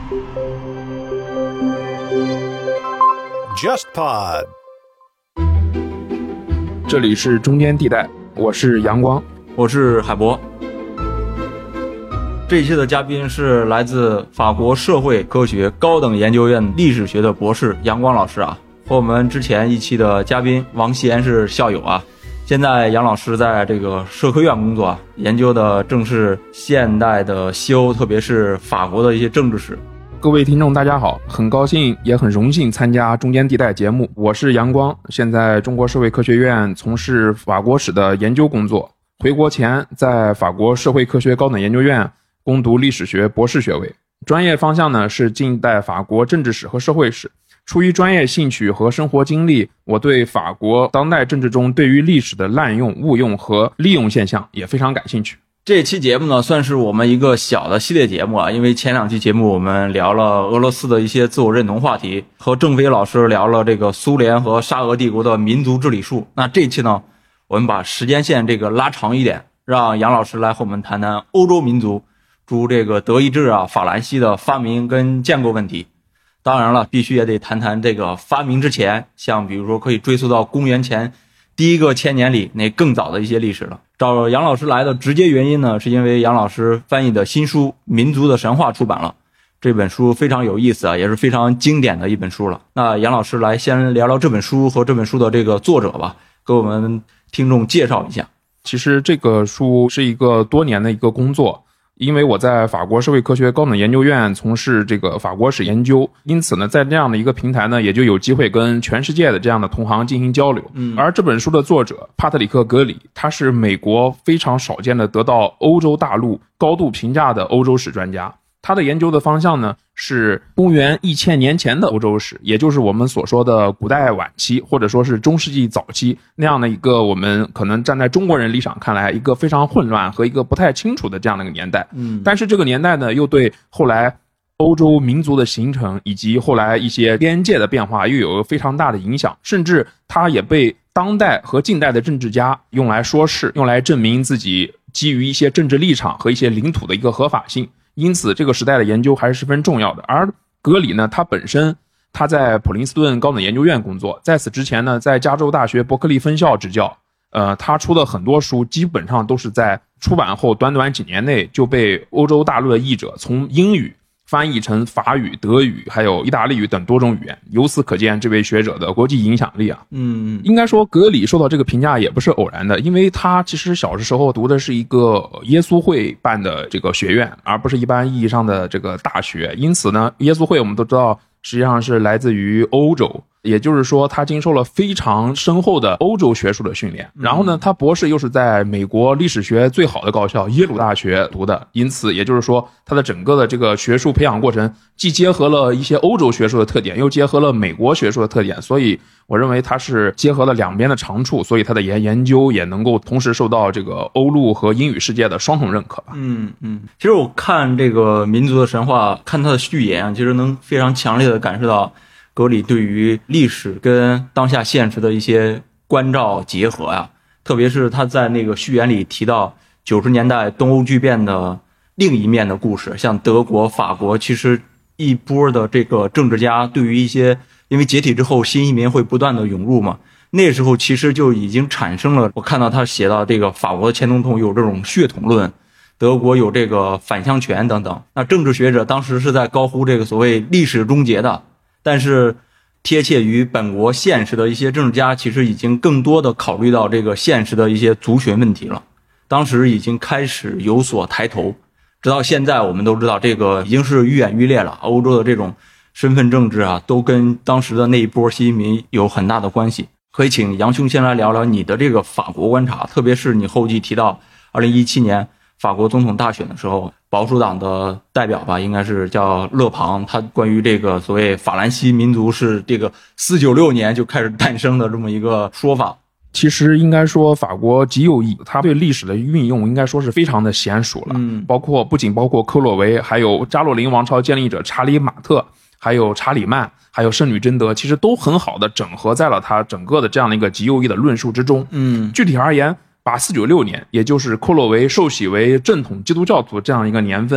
JustPod， 这里是中间地带，我是阳光， 我是海博。这一期的嘉宾是来自法国社会科学高等研究院历史学的博士阳光老师啊，和我们之前一期的嘉宾王贤是校友啊。现在杨老师在这个社科院工作啊，研究的正是现代的西欧，特别是法国的一些政治史。 各位听众大家好，很高兴也很荣幸参加中间地带节目，我是阳光，现在中国社会科学院从事法国史的研究工作，回国前在法国社会科学高等研究院攻读历史学博士学位，专业方向呢是近代法国政治史和社会史。出于专业兴趣和生活经历，我对法国当代政治中对于历史的滥用、误用和利用现象也非常感兴趣。 这期节目呢，算是我们一个小的系列节目啊，因为前两期节目我们聊了俄罗斯的一些自我认同话题，和郑飞老师聊了这个苏联和沙俄帝国的民族治理术。那这期呢，我们把时间线这个拉长一点，让杨老师来和我们谈谈欧洲民族，如这个德意志啊、法兰西的发明跟建构问题。当然了，必须也得谈谈这个发明之前，像比如说可以追溯到公元前第一个千年里那更早的一些历史了。找杨老师来的直接原因呢，是因为杨老师翻译的新书《民族的神话》出版了，这本书非常有意思啊，也是非常经典的一本书了。那杨老师来先聊聊这本书和这本书的这个作者吧，给我们听众介绍一下。 其实这个书是一个多年的一个工作，因为我在法国社会科学高等研究院从事这个法国史研究，因此呢，在这样的一个平台呢，也就有机会跟全世界的这样的同行进行交流。而这本书的作者帕特里克·格里，他是美国非常少见的得到欧洲大陆高度评价的欧洲史专家。他的研究的方向呢，是公元1000年前的欧洲史，也就是我们所说的古代晚期，或者说是中世纪早期那样的一个我们可能站在中国人立场看来一个非常混乱和一个不太清楚的这样的一个年代。但是这个年代呢，又对后来欧洲民族的形成以及后来一些边界的变化又有非常大的影响，甚至它也被当代和近代的政治家用来说事，用来证明自己基于一些政治立场和一些领土的一个合法性。因此这个时代的研究还是十分重要的。而格里呢，他本身他在普林斯顿高等研究院工作，在此之前呢，在加州大学伯克利分校执教。他出的很多书基本上都是在出版后短短几年内就被欧洲大陆的译者从英语翻译成法语、德语还有意大利语等多种语言，由此可见这位学者的国际影响力啊。应该说格里受到这个评价也不是偶然的，因为他其实小的时候读的是一个耶稣会办的这个学院，而不是一般意义上的这个大学。因此呢，耶稣会我们都知道实际上是来自于欧洲，也就是说他经受了非常深厚的欧洲学术的训练。然后呢，他博士又是在美国历史学最好的高校耶鲁大学读的，因此也就是说他的整个的这个学术培养过程既结合了一些欧洲学术的特点，又结合了美国学术的特点，所以我认为他是结合了两边的长处，所以他的研究也能够同时受到这个欧陆和英语世界的双重认可吧。 其实我看这个民族的神话，看他的序言啊，其实能非常强烈的感受到格里对于历史跟当下现实的一些关照结合呀，特别是他在那个序言里提到90年代东欧剧变的另一面的故事，像德国、法国，其实一波的这个政治家对于一些因为解体之后新移民会不断的涌入嘛，那时候其实就已经产生了，我看到他写到这个法国的前总统有这种血统论，德国有这个反向权等等。那政治学者当时是在高呼这个所谓历史终结的，但是贴切于本国现实的一些政治家其实已经更多的考虑到这个现实的一些族群问题了，当时已经开始有所抬头。直到现在我们都知道这个已经是愈演愈烈了，欧洲的这种身份政治啊，都跟当时的那一波新移民有很大的关系。可以请杨兄先来聊聊你的这个法国观察，特别是你后记提到2017年法国总统大选的时候，保守党的代表吧，应该是叫勒庞，他关于这个所谓法兰西民族是这个496年就开始诞生的这么一个说法。 其实应该说法国极有意，他对历史的运用应该说是非常的娴熟了，不仅包括克洛维，还有加洛林王朝建立者查理马特，还有查理曼，还有圣女贞德，其实都很好的整合在了他整个的这样的一个极有意的论述之中。具体而言，把496年，也就是克洛维受洗为正统基督教徒这样一个年份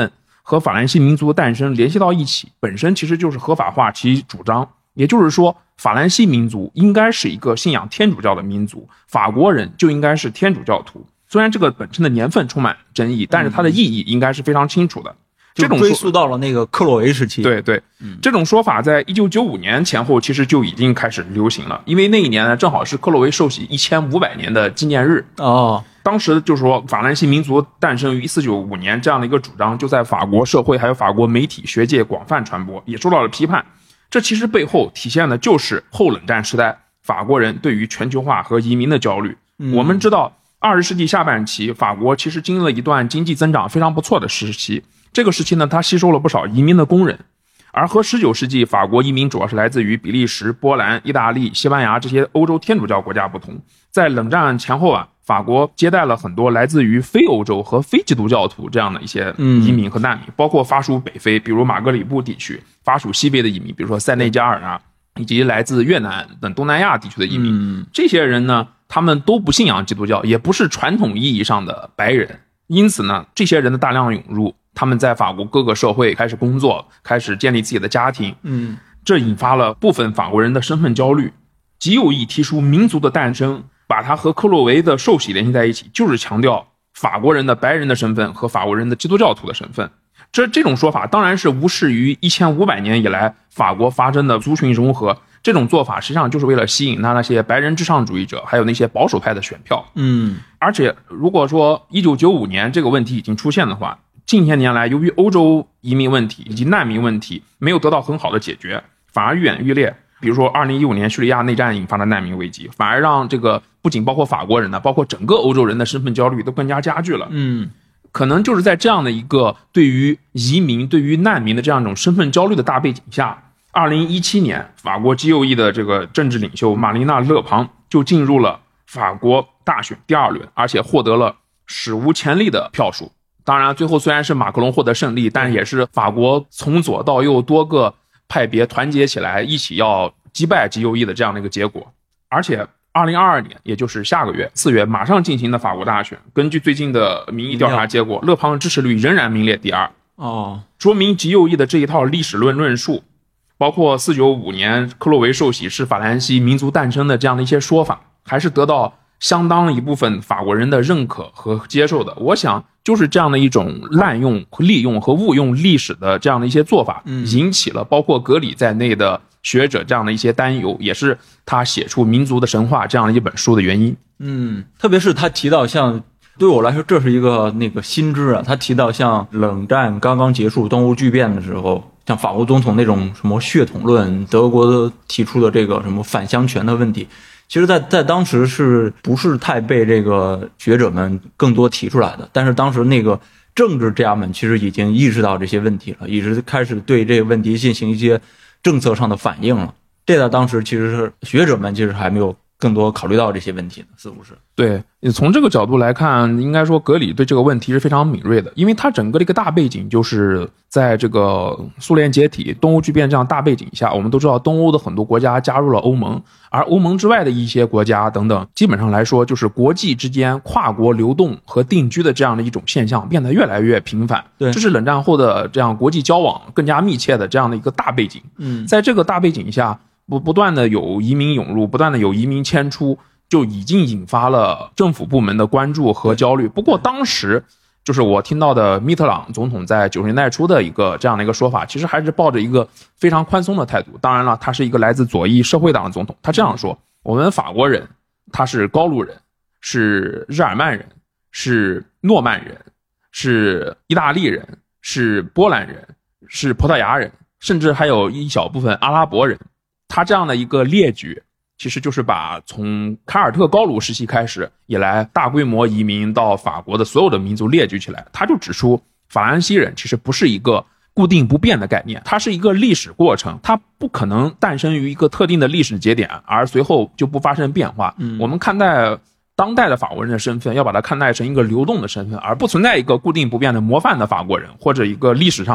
和法兰西民族的诞生联系到一起，本身其实就是合法化其主张。也就是说，法兰西民族应该是一个信仰天主教的民族，法国人就应该是天主教徒。虽然这个本身的年份充满争议，但是它的意义应该是非常清楚的。这种追溯到了那个克洛维时期。 对对，这种说法在1995年前后其实就已经开始流行了，因为那一年呢正好是克洛维受洗1500年的纪念日。当时就是说法兰西民族诞生于1495年这样的一个主张，就在法国社会还有法国媒体学界广泛传播，也受到了批判。这其实背后体现的就是后冷战时代法国人对于全球化和移民的焦虑。我们知道20世纪下半期法国其实经历了一段经济增长非常不错的时期，这个时期呢，它吸收了不少移民的工人，而和19世纪法国移民主要是来自于比利时、波兰、意大利、西班牙这些欧洲天主教国家不同，在冷战前后啊，法国接待了很多来自于非欧洲和非基督教徒这样的一些移民和难民，包括法属北非，比如马格里布地区；法属西非的移民，比如说塞内加尔啊，以及来自越南等东南亚地区的移民。这些人呢，他们都不信仰基督教，也不是传统意义上的白人，因此呢，这些人的大量涌入，他们在法国各个社会开始工作，开始建立自己的家庭。这引发了部分法国人的身份焦虑。极右翼提出民族的诞生，把它和克洛维的受洗联系在一起，就是强调法国人的白人的身份和法国人的基督教徒的身份。这种说法当然是无视于1500年以来法国发生的族群融合，这种做法实际上就是为了吸引那些白人至上主义者还有那些保守派的选票。而且如果说1995年这个问题已经出现的话，近些年来由于欧洲移民问题以及难民问题没有得到很好的解决，反而愈演愈烈。比如说2015年叙利亚内战引发的难民危机，反而让这个不仅包括法国人呢，包括整个欧洲人的身份焦虑都更加加剧了。可能就是在这样的一个对于移民对于难民的这样一种身份焦虑的大背景下，2017年法国极右翼的这个政治领袖玛丽娜·勒庞就进入了法国大选第2轮，而且获得了史无前例的票数。当然最后虽然是马克龙获得胜利，但也是法国从左到右多个派别团结起来一起要击败极右翼的这样的一个结果。而且2022年也就是下个月4月马上进行的法国大选，根据最近的民意调查结果，勒庞的支持率仍然名列第2。说明极右翼的这一套历史论述，包括495年克洛维受洗是法兰西民族诞生的这样的一些说法，还是得到相当一部分法国人的认可和接受的。我想就是这样的一种滥用、利用和误用历史的这样的一些做法，引起了包括格里在内的学者这样的一些担忧，也是他写出《民族的神话》这样的一本书的原因。 特别是他提到像对我来说这是一个新知啊，他提到像冷战刚刚结束东欧剧变的时候，像法国总统那种什么血统论，德国提出的这个什么反相权的问题，其实在当时是不是太被这个学者们更多提出来的，但是当时那个政治家们其实已经意识到这些问题了，一直开始对这个问题进行一些政策上的反应了。这在当时其实是学者们其实还没有更多考虑到这些问题的，似乎是。 对，从这个角度来看，应该说格里对这个问题是非常敏锐的，因为他整个的一个大背景就是在这个苏联解体、东欧剧变这样大背景下，我们都知道东欧的很多国家加入了欧盟，而欧盟之外的一些国家等等，基本上来说就是国际之间跨国流动和定居的这样的一种现象变得越来越频繁。 对， 这是冷战后的这样国际交往更加密切的这样的一个大背景。在这个大背景下，不断的有移民涌入，不断的有移民迁出，就已经引发了政府部门的关注和焦虑。不过当时就是我听到的密特朗总统在90年代初的这样的一个说法，其实还是抱着一个非常宽松的态度。当然了，他是一个来自左翼社会党的总统，他这样说：我们法国人，他是高卢人，是日耳曼人，是诺曼人，是意大利人，是波兰人，是葡萄牙人，甚至还有一小部分阿拉伯人。他这样的一个列举，其实就是把从凯尔特高卢时期开始以来大规模移民到法国的所有的民族列举起来。他就指出，法兰西人其实不是一个固定不变的概念，它是一个历史过程，它不可能诞生于一个特定的历史节点而随后就不发生变化。我们看待当代的法国人的身份，要把它看待成一个流动的身份，而不存在一个固定不变的模范的法国人，或者一个历史上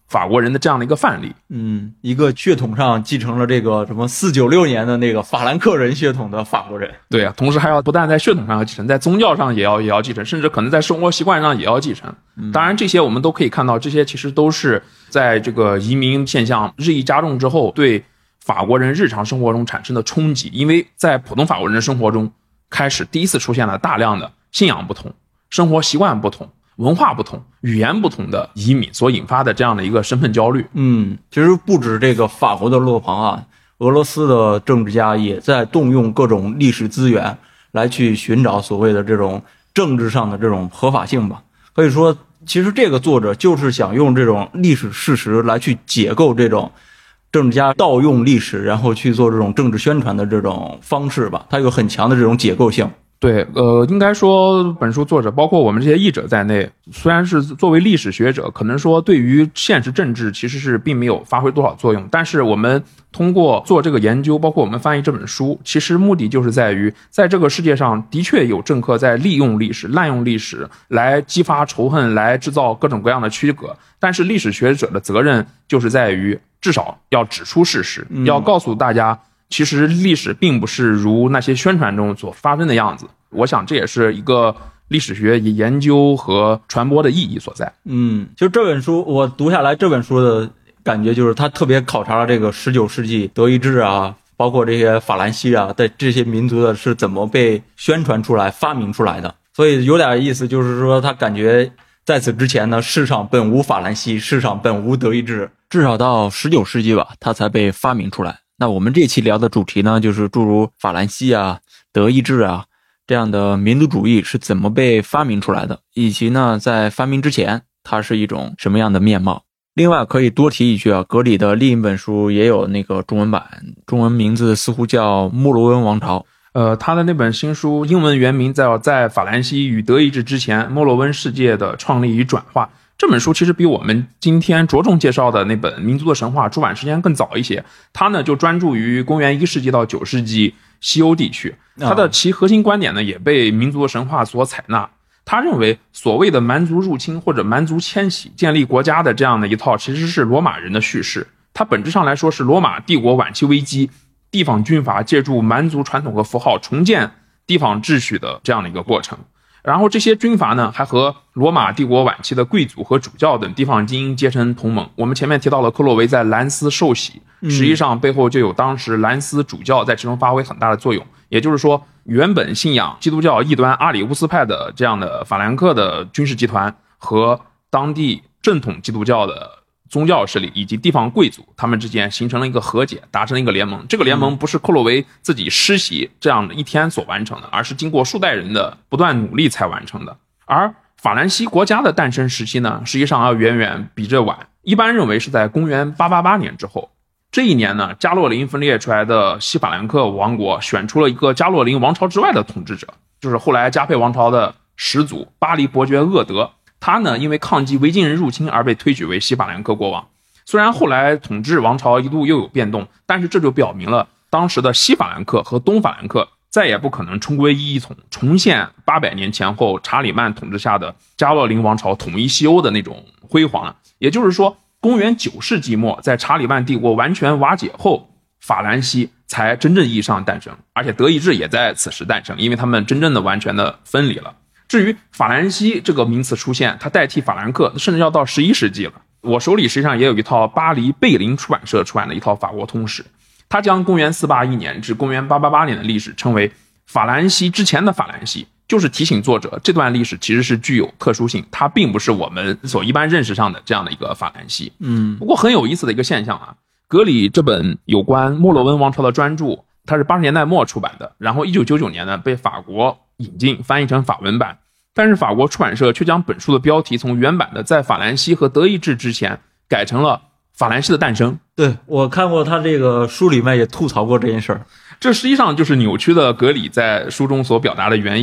法国人的这样的一个范例。 一个血统上继承了这个什么496年的那个法兰克人血统的法国人。 对啊，同时还要不但在血统上要继承，在宗教上也要继承，甚至可能在生活习惯上也要继承。当然这些我们都可以看到，这些其实都是在这个移民现象日益加重之后对法国人日常生活中产生的冲击。因为在普通法国人的生活中开始第一次出现了大量的信仰不同、生活习惯不同、文化不同、语言不同的移民所引发的这样的一个身份焦虑。 其实不止这个法国的勒庞啊，俄罗斯的政治家也在动用各种历史资源来去寻找所谓的这种政治上的这种合法性吧。可以说其实这个作者就是想用这种历史事实来去解构这种政治家盗用历史然后去做这种政治宣传的这种方式吧，它有很强的这种解构性。 对，应该说本书作者包括我们这些译者在内，虽然是作为历史学者，可能说对于现实政治其实是并没有发挥多少作用，但是我们通过做这个研究，包括我们翻译这本书，其实目的就是在于在这个世界上的确有政客在利用历史、滥用历史来激发仇恨，来制造各种各样的区隔，但是历史学者的责任就是在于至少要指出事实，要告诉大家其实历史并不是如那些宣传中所发生的样子。我想这也是一个历史学研究和传播的意义所在。 就这本书我读下来，这本书的感觉就是他特别考察了这个19世纪德意志啊，包括这些法兰西啊的这些民族的是怎么被宣传出来、发明出来的。所以有点意思，就是说他感觉在此之前呢，世上本无法兰西，世上本无德意志，至少到19世纪吧，它才被发明出来。那我们这期聊的主题呢，就是诸如法兰西啊、德意志啊这样的民族主义是怎么被发明出来的，以及呢在发明之前它是一种什么样的面貌。另外可以多提一句啊，格里的另一本书也有那个中文版，中文名字似乎叫《莫罗温王朝》。 他的那本新书英文原名叫在法兰西与德意志之前，莫洛温世界的创立与转化。这本书其实比我们今天着重介绍的那本民族的神话出版时间更早一些，它呢就专注于公元1世纪到9世纪西欧地区，它的其核心观点呢也被民族的神话所采纳。他认为所谓的蛮族入侵或者蛮族迁徙建立国家的这样的一套其实是罗马人的叙事，它本质上来说是罗马帝国晚期危机，地方军阀借助蛮族传统和符号重建地方秩序的这样的一个过程。然后这些军阀呢还和罗马帝国晚期的贵族和主教等地方精英结成同盟。我们前面提到了克洛维在兰斯受洗，实际上背后就有当时兰斯主教在其中发挥很大的作用。也就是说，原本信仰基督教异端阿里乌斯派的这样的法兰克的军事集团和当地正统基督教的宗教势力以及地方贵族，他们之间形成了一个和解，达成了一个联盟。这个联盟不是克洛维自己施洗这样的一天所完成的，而是经过数代人的不断努力才完成的。而法兰西国家的诞生时期呢，实际上要远远比这晚，一般认为是在公元888年之后。这一年呢，加洛林分裂出来的西法兰克王国选出了一个加洛林王朝之外的统治者，就是后来加佩王朝的始祖巴黎伯爵厄德。他呢因为抗击维京人入侵而被推举为西法兰克国王。虽然后来统治王朝一度又有变动，但是这就表明了当时的西法兰克和东法兰克再也不可能重归一统，重现800年前后查理曼统治下的加洛林王朝统一西欧的那种辉煌了。也就是说，公元9世纪末，在查理曼帝国完全瓦解后，法兰西才真正意义上诞生，而且德意志也在此时诞生，因为他们真正的完全的分离了。至于法兰西这个名词出现，它代替法兰克甚至要到11世纪了。我手里实际上也有一套巴黎贝林出版社出版的一套法国通史，它将公元481年至公元888年的历史称为法兰西之前的法兰西，就是提醒作者这段历史其实是具有特殊性，它并不是我们所一般认识上的这样的一个法兰西。不过很有意思的一个现象啊，格里这本有关莫洛温王朝的专著，它是80年代末出版的，然后1999年呢被法国引进翻译成法文版，但是法国出版社却将本书的标题从原版的在法兰西和德意志之前改成了法兰西的诞生。 对，我看过他这个书里面也吐槽过这件事儿。 这实际上就是扭曲了格里在书中所表达的原意。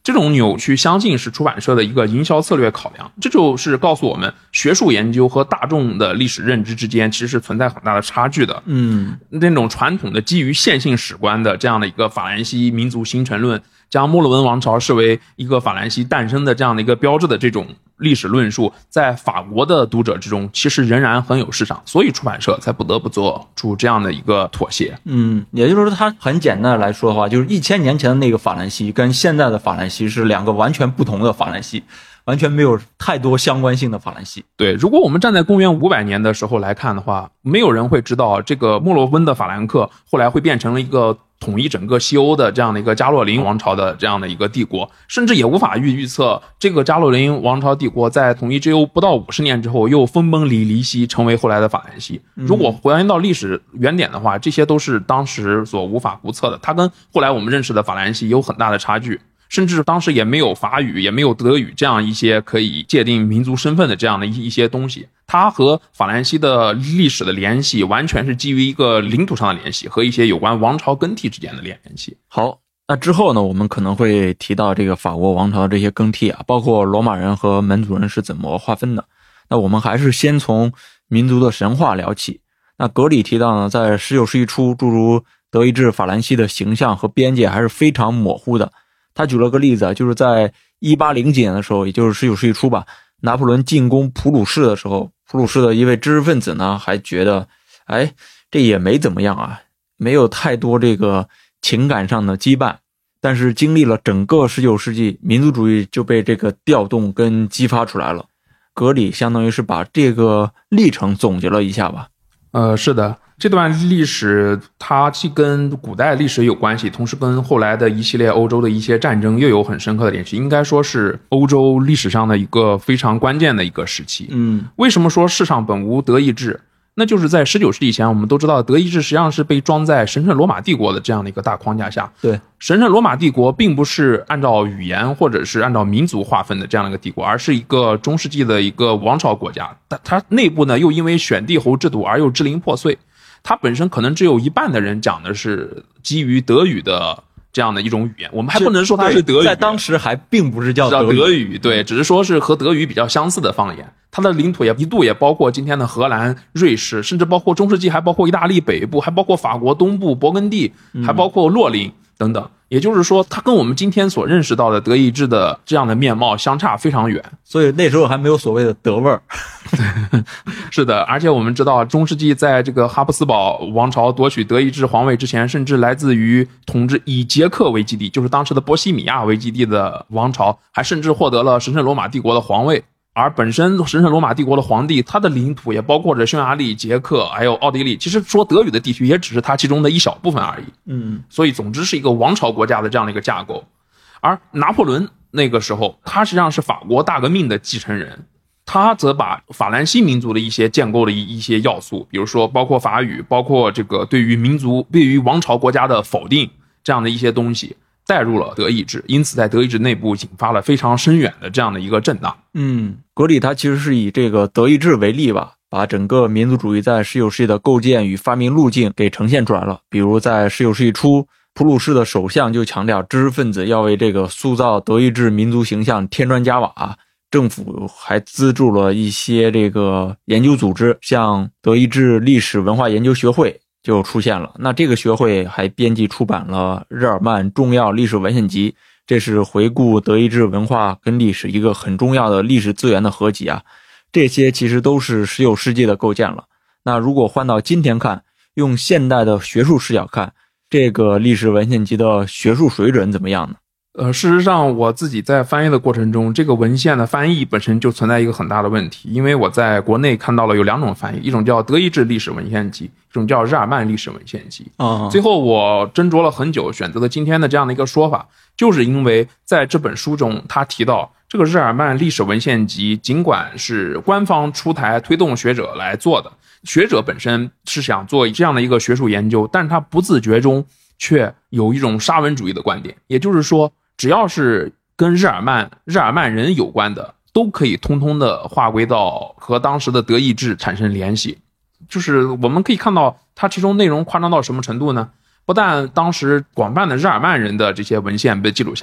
这种扭曲相信是出版社的一个营销策略考量，这就是告诉我们学术研究和大众的历史认知之间其实是存在很大的差距的。那种传统的基于线性史观的这样的一个法兰西民族形成论，将莫洛文王朝视为一个法兰西诞生的这样的一个标志的这种历史论述，在法国的读者之中其实仍然很有市场，所以出版社才不得不做出这样的一个妥协。 也就是说它很简单的来说的话，就是1000年前的那个法兰西跟现在的法兰西是两个完全不同的法兰西，完全没有太多相关性的法兰西。 对，如果我们站在公元500年的时候来看的话，没有人会知道这个莫洛温的法兰克后来会变成了一个统一整个西欧的这样的一个加洛林王朝的这样的一个帝国，甚至也无法预测这个加洛林王朝帝国在统一之后不到50年之后又分崩离析，成为后来的法兰西。如果还原到历史原点的话，这些都是当时所无法估测的，它跟后来我们认识的法兰西有很大的差距。甚至当时也没有法语，也没有德语这样一些可以界定民族身份的这样的一些东西。它和法兰西的历史的联系完全是基于一个领土上的联系和一些有关王朝更替之间的联系。 好，那之后呢，我们可能会提到这个法国王朝的这些更替啊，包括罗马人和门族人是怎么划分的。那我们还是先从民族的神话聊起。那格里提到呢，在19世纪初，诸如德意志、法兰西的形象和边界还是非常模糊的。他举了个例子，就是在1800几年的时候，也就是19世纪初吧，拿破仑进攻普鲁士的时候，普鲁士的一位知识分子呢，还觉得，这也没怎么样啊，没有太多这个情感上的羁绊。但是经历了整个19世纪，民族主义就被这个调动跟激发出来了。格里相当于是把这个历程总结了一下吧。 是的，这段历史它既跟古代历史有关系，同时跟后来的一系列欧洲的一些战争又有很深刻的联系，应该说是欧洲历史上的一个非常关键的一个时期。为什么说世上本无德意志？那就是在19世纪前，我们都知道德意志实际上是被装在神圣罗马帝国的这样的一个大框架下。 对， 神圣罗马帝国并不是按照语言或者是按照民族划分的这样的一个帝国，而是一个中世纪的一个王朝国家。但它内部呢又因为选帝侯制度而又支离破碎，它本身可能只有一半的人讲的是基于德语的这样的一种语言，我们还不能说它是德语， 在当时还并不是叫德语，对，只是说是和德语比较相似的方言。它的领土也一度也包括今天的荷兰、瑞士，甚至包括中世纪还包括意大利北部，还包括法国东部、勃艮第，还包括洛林等等。也就是说，它跟我们今天所认识到的德意志的这样的面貌相差非常远， 所以那时候还没有所谓的德味儿。 是的，而且我们知道，中世纪在这个哈布斯堡王朝夺取德意志皇位之前，甚至来自于统治以捷克为基地，就是当时的波西米亚为基地的王朝，还甚至获得了神圣罗马帝国的皇位。而本身神圣罗马帝国的皇帝，他的领土也包括着匈牙利、捷克还有奥地利，其实说德语的地区也只是他其中的一小部分而已。所以总之是一个王朝国家的这样的一个架构。而拿破仑那个时候，他实际上是法国大革命的继承人，他则把法兰西民族的一些建构的一些要素，比如说包括法语，包括这个对于民族、对于王朝国家的否定这样的一些东西带入了德意志，因此在德意志内部引发了非常深远的这样的一个震荡。 格里他其实是以这个德意志为例吧，把整个民族主义在19世纪的构建与发明路径给呈现出来了。比如在19世纪初，普鲁士的首相就强调知识分子要为这个塑造德意志民族形象添砖加瓦，政府还资助了一些这个研究组织，像德意志历史文化研究学会就出现了。那这个学会还编辑出版了日耳曼重要历史文献集，这是回顾德意志文化跟历史一个很重要的历史资源的合集啊。这些其实都是19世纪的构建了。那如果换到今天看，用现代的学术视角看，这个历史文献集的学术水准怎么样呢？ 事实上我自己在翻译的过程中，这个文献的翻译本身就存在一个很大的问题，因为我在国内看到了有两种翻译，一种叫德意志历史文献集，一种叫日耳曼历史文献集。最后我斟酌了很久，选择了今天的这样的一个说法，就是因为在这本书中他提到这个日耳曼历史文献集尽管是官方出台推动学者来做的，学者本身是想做这样的一个学术研究，但是他不自觉中却有一种沙文主义的观点，也就是说只要是跟日耳曼人有关的，都可以通通的划归到和当时的德意志产生联系。就是我们可以看到它其中内容夸张到什么程度呢？不但当时广泛的日耳曼人的这些文献被记录下来，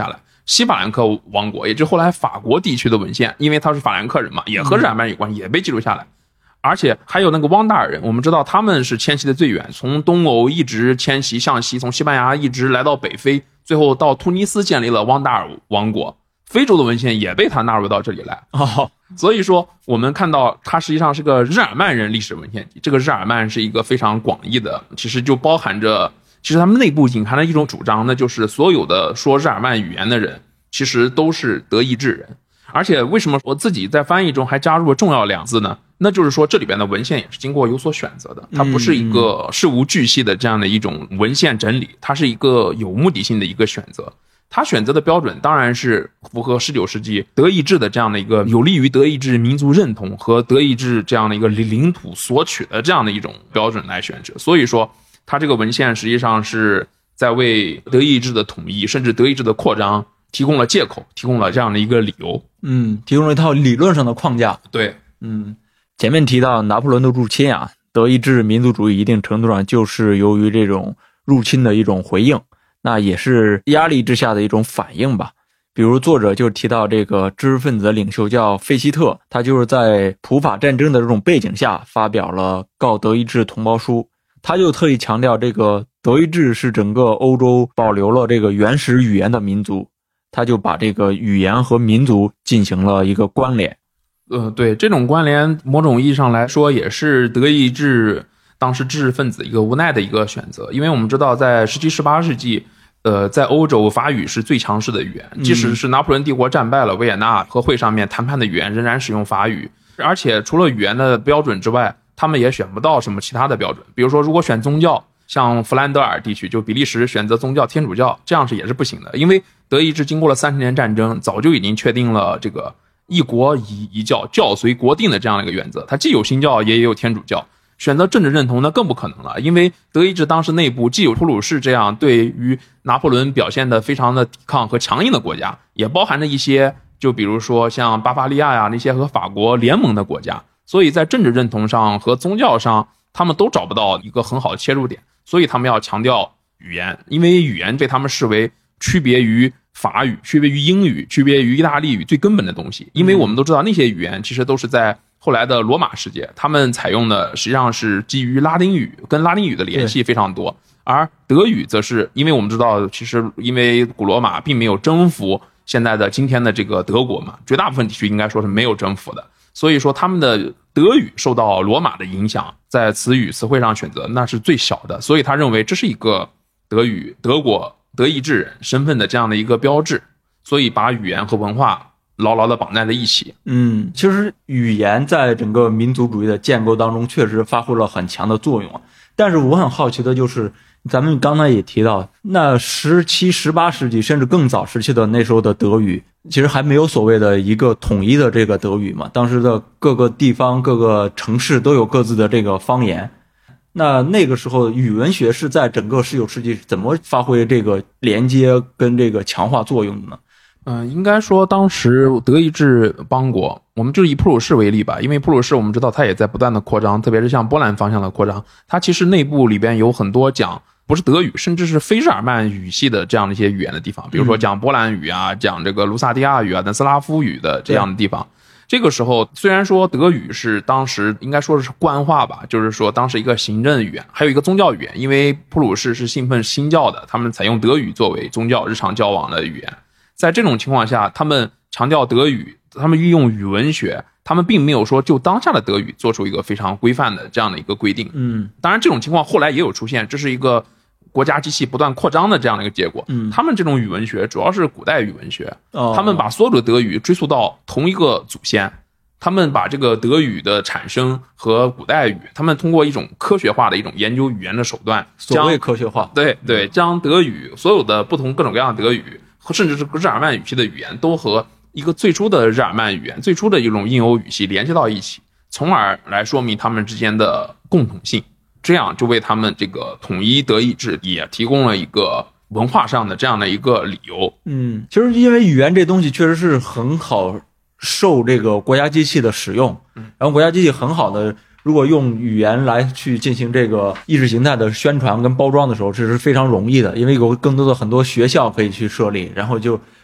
西法兰克王国，也就是后来法国地区的文献，因为他是法兰克人嘛，也和日耳曼有关，也被记录下来。而且还有那个汪达尔人，我们知道他们是迁徙的最远，从东欧一直迁徙向西，从西班牙一直来到北非，最后到突尼斯建立了汪达尔王国。非洲的文献也被他纳入到这里来。所以说我们看到它实际上是个日耳曼人历史文献集。这个日耳曼是一个非常广义的，其实就包含着，其实他们内部隐含的一种主张，那就是所有的说日耳曼语言的人其实都是德意志人。而且为什么我自己在翻译中还加入了重要两字呢？那就是说这里边的文献也是经过有所选择的，它不是一个事无巨细的这样的一种文献整理，它是一个有目的性的一个选择。他选择的标准当然是符合19世纪德意志的这样的一个有利于德意志民族认同和德意志这样的一个领土索取的这样的一种标准来选择。所以说他这个文献实际上是在为德意志的统一甚至德意志的扩张提供了借口，提供了这样的一个理由。 提供了一套理论上的框架。 对， 前面提到拿破仑的入侵啊，德意志民族主义一定程度上就是由于这种入侵的一种回应，那也是压力之下的一种反应吧。比如作者就提到这个知识分子的领袖叫费希特，他就是在普法战争的这种背景下发表了告德意志同胞书，他就特意强调这个德意志是整个欧洲保留了这个原始语言的民族，他就把这个语言和民族进行了一个关联。 对，这种关联某种意义上来说也是德意志当时知识分子一个无奈的一个选择。因为我们知道在17、18世纪在欧洲法语是最强势的语言，即使是拿破仑帝国战败了，维也纳和会上面谈判的语言仍然使用法语。而且除了语言的标准之外，他们也选不到什么其他的标准。比如说如果选宗教，像弗兰德尔地区就比利时选择宗教天主教，这样是也是不行的。因为德意志经过了30年战争，早就已经确定了这个一国一教，教随国定的这样的一个原则，它既有新教也有天主教。选择政治认同那更不可能了，因为德意志当时内部既有普鲁士这样对于拿破仑表现的非常的抵抗和强硬的国家，也包含着一些就比如说像巴伐利亚呀那些和法国联盟的国家，所以在政治认同上和宗教上他们都找不到一个很好的切入点，所以他们要强调语言，因为语言被他们视为区别于法语、区别于英语、区别于意大利语最根本的东西。因为我们都知道那些语言其实都是在后来的罗马世界，他们采用的实际上是基于拉丁语，跟拉丁语的联系非常多。而德语则是因为我们知道其实因为古罗马并没有征服现在的今天的这个德国嘛，绝大部分地区应该说是没有征服的，所以说他们的德语受到罗马的影响，在词语词汇上选择那是最小的，所以他认为这是一个德国德意志人身份的这样的一个标志，所以把语言和文化牢牢地绑在了一起。 其实语言在整个民族主义的建构当中确实发挥了很强的作用，但是我很好奇的就是咱们刚才也提到，那17、18世纪甚至更早时期的那时候的德语其实还没有所谓的一个统一的这个德语嘛，当时的各个地方各个城市都有各自的这个方言。那个时候语文学是在整个19世纪怎么发挥这个连接跟这个强化作用的呢？ 应该说当时德意志邦国，我们就以普鲁士为例吧，因为普鲁士我们知道它也在不断的扩张，特别是向波兰方向的扩张，它其实内部里边有很多讲不是德语甚至是非日耳曼语系的这样的一些语言的地方，比如说讲波兰语啊，讲这个卢萨蒂亚语啊等斯拉夫语的这样的地方。这个时候虽然说德语是当时应该说是官话吧，就是说当时一个行政语言，还有一个宗教语言，因为普鲁士是信奉新教的，他们采用德语作为宗教日常交往的语言。在这种情况下，他们强调德语，他们运用语文学，他们并没有说就当下的德语做出一个非常规范的这样的一个规定。当然这种情况后来也有出现，这是一个国家机器不断扩张的这样的一个结果。他们这种语文学主要是古代语文学，他们把所有的德语追溯到同一个祖先，他们把这个德语的产生和古代语，他们通过一种科学化的一种研究语言的手段， 所谓科学化， 对，将德语所有的不同各种各样的德语甚至是日耳曼语系的语言都和一个最初的日耳曼语言最初的一种印欧语系连接到一起，从而来说明他们之间的共同性，这样就为他们这个统一德意志也提供了一个文化上的这样的一个理由。 其实因为语言这东西确实是很好受这个国家机器的使用，然后国家机器很好的如果用语言来去进行这个意识形态的宣传跟包装的时候，这是非常容易的，因为有更多的很多学校可以去设立，然后就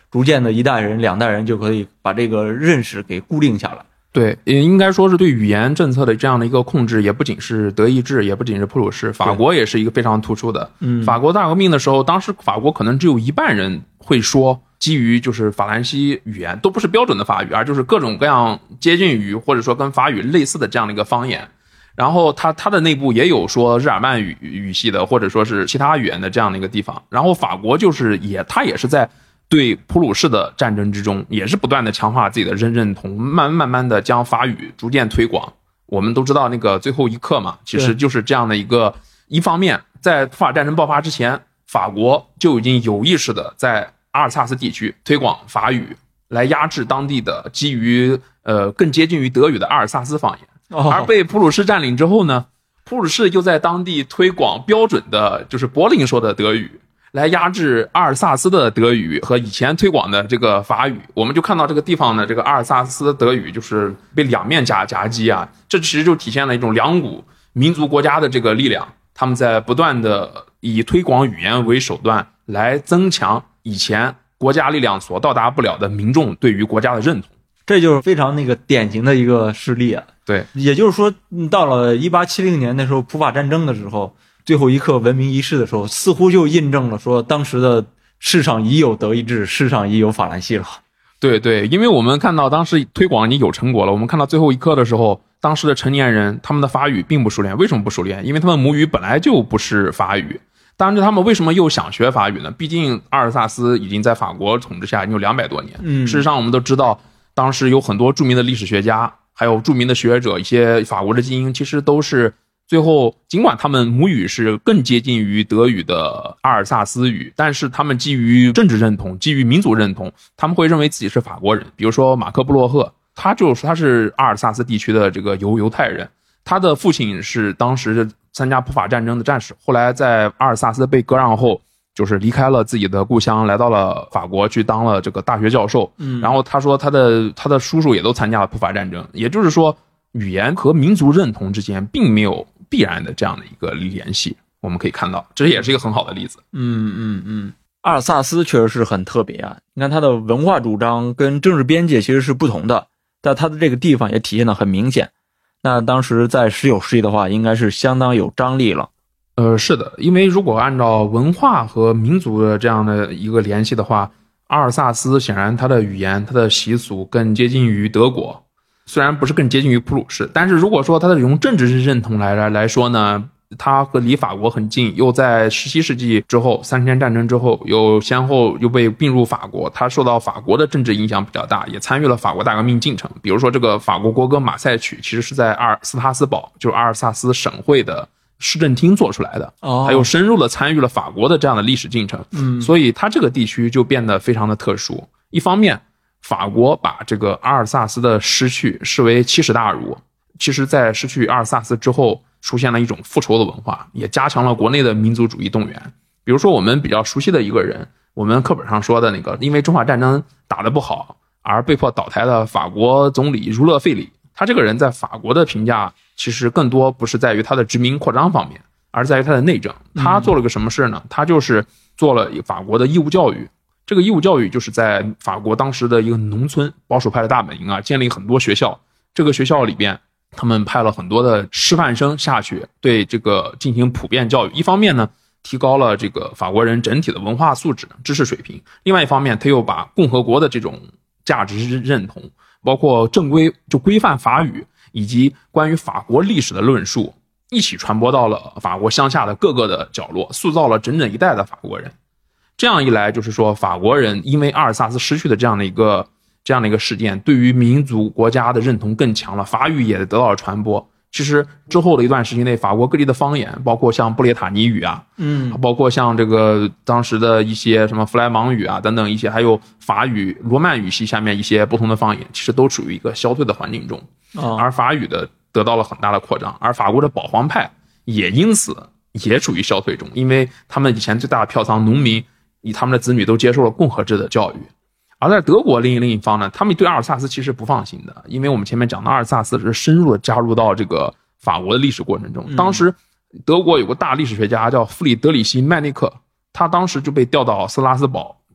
逐渐的一代人、两代人就可以把这个认识给固定下来。 对，也应该说是对语言政策的这样的一个控制，也不仅是德意志，也不仅是普鲁士，法国也是一个非常突出的。法国大革命的时候，当时法国可能只有一半人会说基于就是法兰西语言，都不是标准的法语，而就是各种各样接近于或者说跟法语类似的这样的一个方言。然后它的内部也有说日耳曼语系的，或者说是其他语言的这样的一个地方。然后法国就是它也是在对普鲁士的战争之中，也是不断的强化自己的认同，慢慢的将法语逐渐推广。我们都知道那个最后一课嘛，其实就是这样的一方面，在普法战争爆发之前，法国就已经有意识的在阿尔萨斯地区推广法语，来压制当地的基于更接近于德语的阿尔萨斯方言。而被普鲁士占领之后呢，普鲁士又在当地推广标准的就是柏林说的德语，来压制阿尔萨斯的德语和以前推广的这个法语。我们就看到这个地方的这个阿尔萨斯德语就是被两面夹击啊，这其实就体现了一种两股民族国家的这个力量，他们在不断的以推广语言为手段来增强以前国家力量所到达不了的民众对于国家的认同。 这就是非常典型的一个事例啊。 对， 也就是说，到了1870年那时候普法战争的时候，最后一课文明仪式的时候，似乎就印证了说当时的世上已有德意志，世上已有法兰西了。 对，因为我们看到当时推广已经有成果了，我们看到最后一课的时候，当时的成年人他们的法语并不熟练。为什么不熟练？因为他们母语本来就不是法语。当然他们为什么又想学法语呢？毕竟阿尔萨斯已经在法国统治下已经有200多年。事实上我们都知道，当时有很多著名的历史学家，还有著名的学者，一些法国的精英，其实都是最后尽管他们母语是更接近于德语的阿尔萨斯语，但是他们基于政治认同，基于民族认同，他们会认为自己是法国人。比如说马克布洛赫，他是阿尔萨斯地区的这个犹太人，他的父亲是当时参加普法战争的战士，后来在阿尔萨斯被割让后，就是离开了自己的故乡，来到了法国去当了这个大学教授。然后他说他的叔叔也都参加了普法战争，也就是说语言和民族认同之间并没有必然的这样的一个联系。我们可以看到，这也是一个很好的例子。 阿尔萨斯确实是很特别啊，你看他的文化主张跟政治边界其实是不同的，但他的这个地方也体现得很明显。那当时在19世纪的话，应该是相当有张力了。 是的，因为如果按照文化和民族的这样的一个联系的话，阿尔萨斯显然它的语言、它的习俗更接近于德国，虽然不是更接近于普鲁士，但是如果说它的用政治认同来说呢，它和离法国很近，又在17世纪之后，30年战争之后，又先后又被并入法国，它受到法国的政治影响比较大，也参与了法国大革命进程。比如说这个法国国歌《马赛曲》，其实是在斯塔斯堡，就是阿尔萨斯省会的市政厅做出来的，还有深入的参与了法国的这样的历史进程。所以它这个地区就变得非常的特殊。一方面，法国把这个阿尔萨斯的失去视为奇耻大辱，其实在失去阿尔萨斯之后，出现了一种复仇的文化，也加强了国内的民族主义动员。比如说我们比较熟悉的一个人，我们课本上说的那个因为中法战争打得不好而被迫倒台的法国总理儒勒费里，他这个人在法国的评价其实更多不是在于他的殖民扩张方面，而在于他的内政。他做了个什么事呢？他就是做了法国的义务教育。这个义务教育就是在法国当时的一个农村保守派的大本营啊，建立很多学校。这个学校里边，他们派了很多的师范生下去，对这个进行普遍教育。一方面呢，提高了这个法国人整体的文化素质、知识水平；另外一方面，他又把共和国的这种价值认同，包括正规就规范法语以及关于法国历史的论述，一起传播到了法国乡下的各个的角落，塑造了整整一代的法国人。这样一来，就是说法国人因为阿尔萨斯失去的这样的一个事件，对于民族国家的认同更强了，法语也得到了传播。其实之后的一段时间内，法国各地的方言，包括像布列塔尼语啊，包括像这个当时的一些什么弗莱芒语啊等等一些，还有法语、罗曼语系下面一些不同的方言，其实都处于一个消退的环境中。而法语的得到了很大的扩张，而法国的保皇派也因此也处于消退中，因为他们以前最大的票仓农民以他们的子女都接受了共和制的教育。而在德国另一方呢，他们对阿尔萨斯其实不放心的，因为我们前面讲的阿尔萨斯是深入的加入到这个法国的历史过程中。当时德国有个大历史学家叫弗里德里希·麦内克，他当时就被调到斯拉斯堡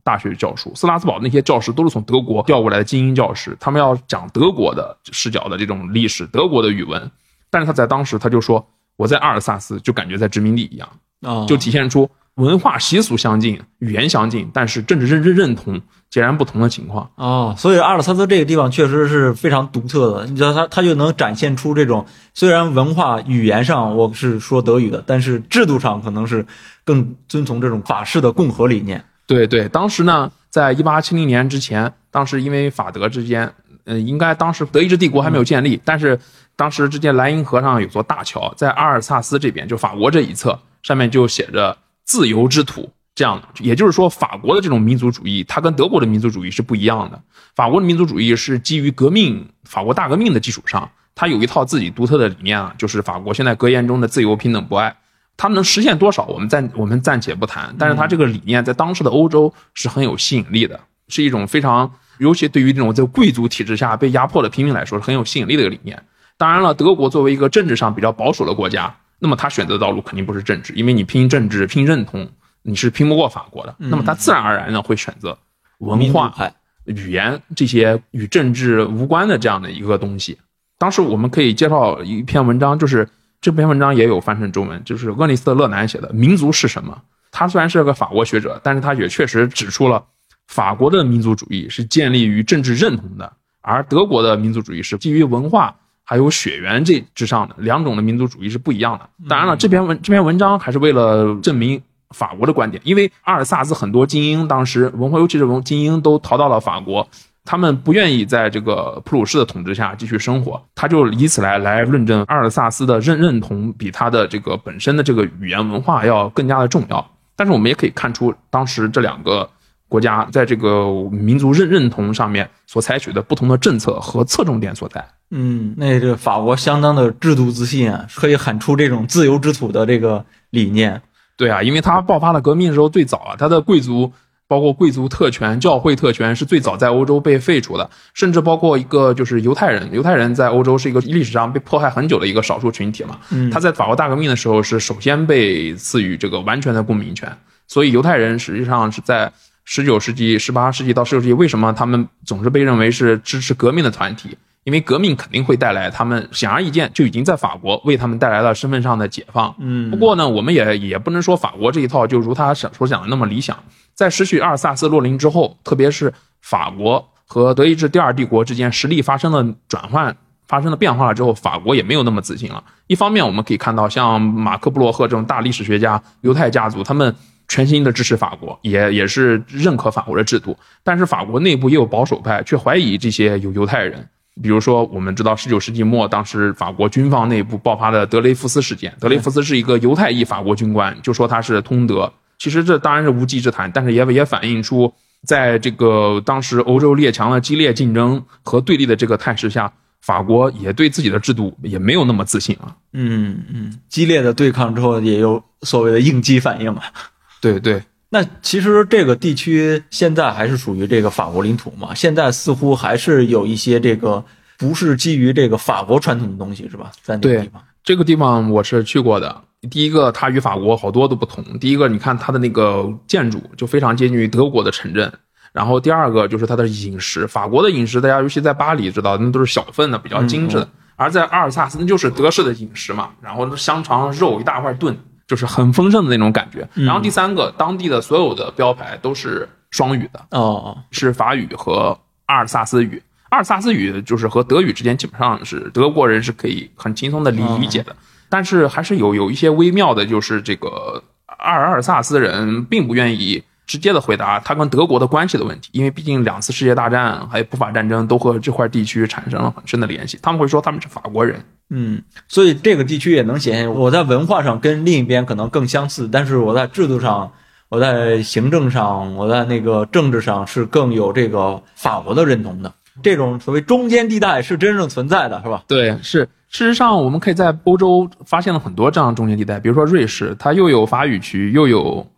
大学教书，斯拉斯堡那些教师都是从德国调过来的精英教师，他们要讲德国的视角的这种历史，德国的语文。但是他在当时他就说，我在阿尔萨斯就感觉在殖民地一样，就体现出文化习俗相近，语言相近，但是政治认同截然不同的情况。 所以阿尔萨斯这个地方确实是非常独特的，你知道它就能展现出这种虽然文化语言上我是说德语的，但是制度上可能是更遵从这种法式的共和理念。 对对，当时呢，在1870年之前，当时因为法德之间，应该当时德意志帝国还没有建立，但是当时之间莱茵河上有座大桥，在阿尔萨斯这边，就法国这一侧，上面就写着自由之土，这样的，也就是说，法国的这种民族主义，它跟德国的民族主义是不一样的。法国的民族主义是基于革命，法国大革命的基础上，它有一套自己独特的理念啊，就是法国现在格言中的自由、平等、博爱。它能实现多少，我们暂且不谈，但是它这个理念在当时的欧洲是很有吸引力的，是一种非常，尤其对于这种在贵族体制下被压迫的平民来说，是很有吸引力的一个理念。当然了，德国作为一个政治上比较保守的国家，那么他选择的道路肯定不是政治，因为你拼政治、拼认同，你是拼不过法国的。那么他自然而然的会选择文化、语言这些与政治无关的这样的一个东西。当时我们可以介绍一篇文章，就是这篇文章也有翻成中文，就是厄内斯特·勒南写的《民族是什么》。他虽然是个法国学者，但是他也确实指出了法国的民族主义是建立于政治认同的，而德国的民族主义是基于文化还有血缘这之上的，两种的民族主义是不一样的。当然了，这篇文章还是为了证明法国的观点，因为阿尔萨斯很多精英当时文化，尤其是精英都逃到了法国，他们不愿意在这个普鲁士的统治下继续生活，他就以此来论证阿尔萨斯的认同比他的这个本身的这个语言文化要更加的重要。但是我们也可以看出，当时这两个国家在这个民族认同上面所采取的不同的政策和侧重点所在。 那这法国相当的制度自信啊，可以喊出这种自由之土的这个理念。 对啊，因为他爆发了革命的时候最早啊，他的贵族包括贵族特权、教会特权是最早在欧洲被废除的，甚至包括一个就是犹太人。犹太人在欧洲是一个历史上被迫害很久的一个少数群体嘛。他在法国大革命的时候是首先被赐予这个完全的公民权，所以犹太人实际上是在19世纪、18世纪到19世纪，为什么他们总是被认为是支持革命的团体？因为革命肯定会带来他们显而易见就已经在法国为他们带来了身份上的解放。不过呢，我们也不能说法国这一套就如他所讲的那么理想。在失去阿尔萨斯落临之后，特别是法国和德意志第二帝国之间实力发生了转换、发生了变化了之后，法国也没有那么自信了。一方面我们可以看到像马克布洛赫这种大历史学家、犹太家族，他们全心的支持法国，也是认可法国的制度，但是法国内部也有保守派却怀疑这些犹太人。比如说我们知道19世纪末当时法国军方内部爆发的德雷福斯事件，德雷福斯是一个犹太裔法国军官，就说他是通德。其实这当然是无稽之谈，但是也反映出在这个当时欧洲列强的激烈竞争和对立的这个态势下，法国也对自己的制度也没有那么自信了。 激烈的对抗之后也有所谓的应激反应嘛。 对对。 那其实这个地区现在还是属于这个法国领土嘛，现在似乎还是有一些这个不是基于这个法国传统的东西，是吧？在那个地方。 这个地方我是去过的。第一个，它与法国好多都不同。第一个，你看它的那个建筑就非常接近于德国的城镇。然后第二个就是它的饮食，法国的饮食大家尤其在巴黎知道，那都是小份的，比较精致的。而在阿尔萨斯那就是德式的饮食嘛，然后香肠肉一大块炖，就是很丰盛的那种感觉。然后第三个，当地的所有的标牌都是双语的，是法语和阿尔萨斯语。阿尔萨斯语就是和德语之间基本上是德国人是可以很轻松的理解的，但是还是有一些微妙的，就是这个阿尔萨斯人并不愿意直接的回答他跟德国的关系的问题，因为毕竟2次世界大战还有普法战争都和这块地区产生了很深的联系，他们会说他们是法国人。 所以这个地区也能显现我在文化上跟另一边可能更相似，但是我在制度上、我在行政上、我在那个政治上是更有这个法国的认同的。这种所谓中间地带是真正存在的，是吧？ 对，是。事实上我们可以在欧洲发现了很多这样的中间地带，比如说瑞士，它又有法语区又有